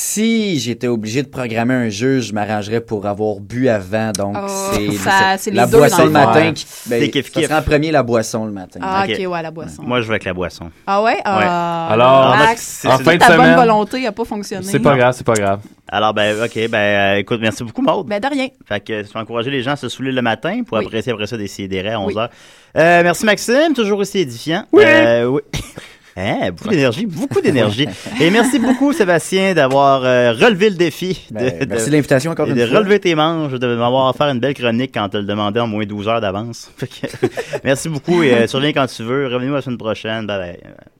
si j'étais obligé de programmer un jeu, je m'arrangerais pour avoir bu avant. Donc, Oh, c'est ça- c'est les la deux boisson dans le le matin. fond. Qui, ben, C'est kiff-kiff. ça serait en premier la boisson le matin. Ah, Ok. OK, ouais, la boisson. Moi, je vais avec la boisson. Ah ouais? Ah, Alors, Max, c'est- en c'est- fin de ta bonne semaine, volonté n'a pas fonctionné. c'est pas grave, c'est pas grave. Alors, ben, OK, ben, euh, écoute, merci beaucoup, Maude. Ben, de rien. Fait que tu vas encourager les gens à se saouler le matin pour Oui. apprécier après ça des sidérés à onze Oui. heures. Euh, merci, Maxime, toujours aussi édifiant. Oui. Euh, oui. Hein, beaucoup d'énergie, beaucoup d'énergie. Et merci beaucoup, Sébastien, d'avoir euh, relevé le défi. De, Ben, de- merci de l'invitation encore et une de fois. relever tes manches, de m'avoir offert une belle chronique quand tu le demandais en moins douze heures d'avance. Fait que, merci beaucoup et euh, tu reviens quand tu veux. Revenez-nous la semaine prochaine. Bye bye.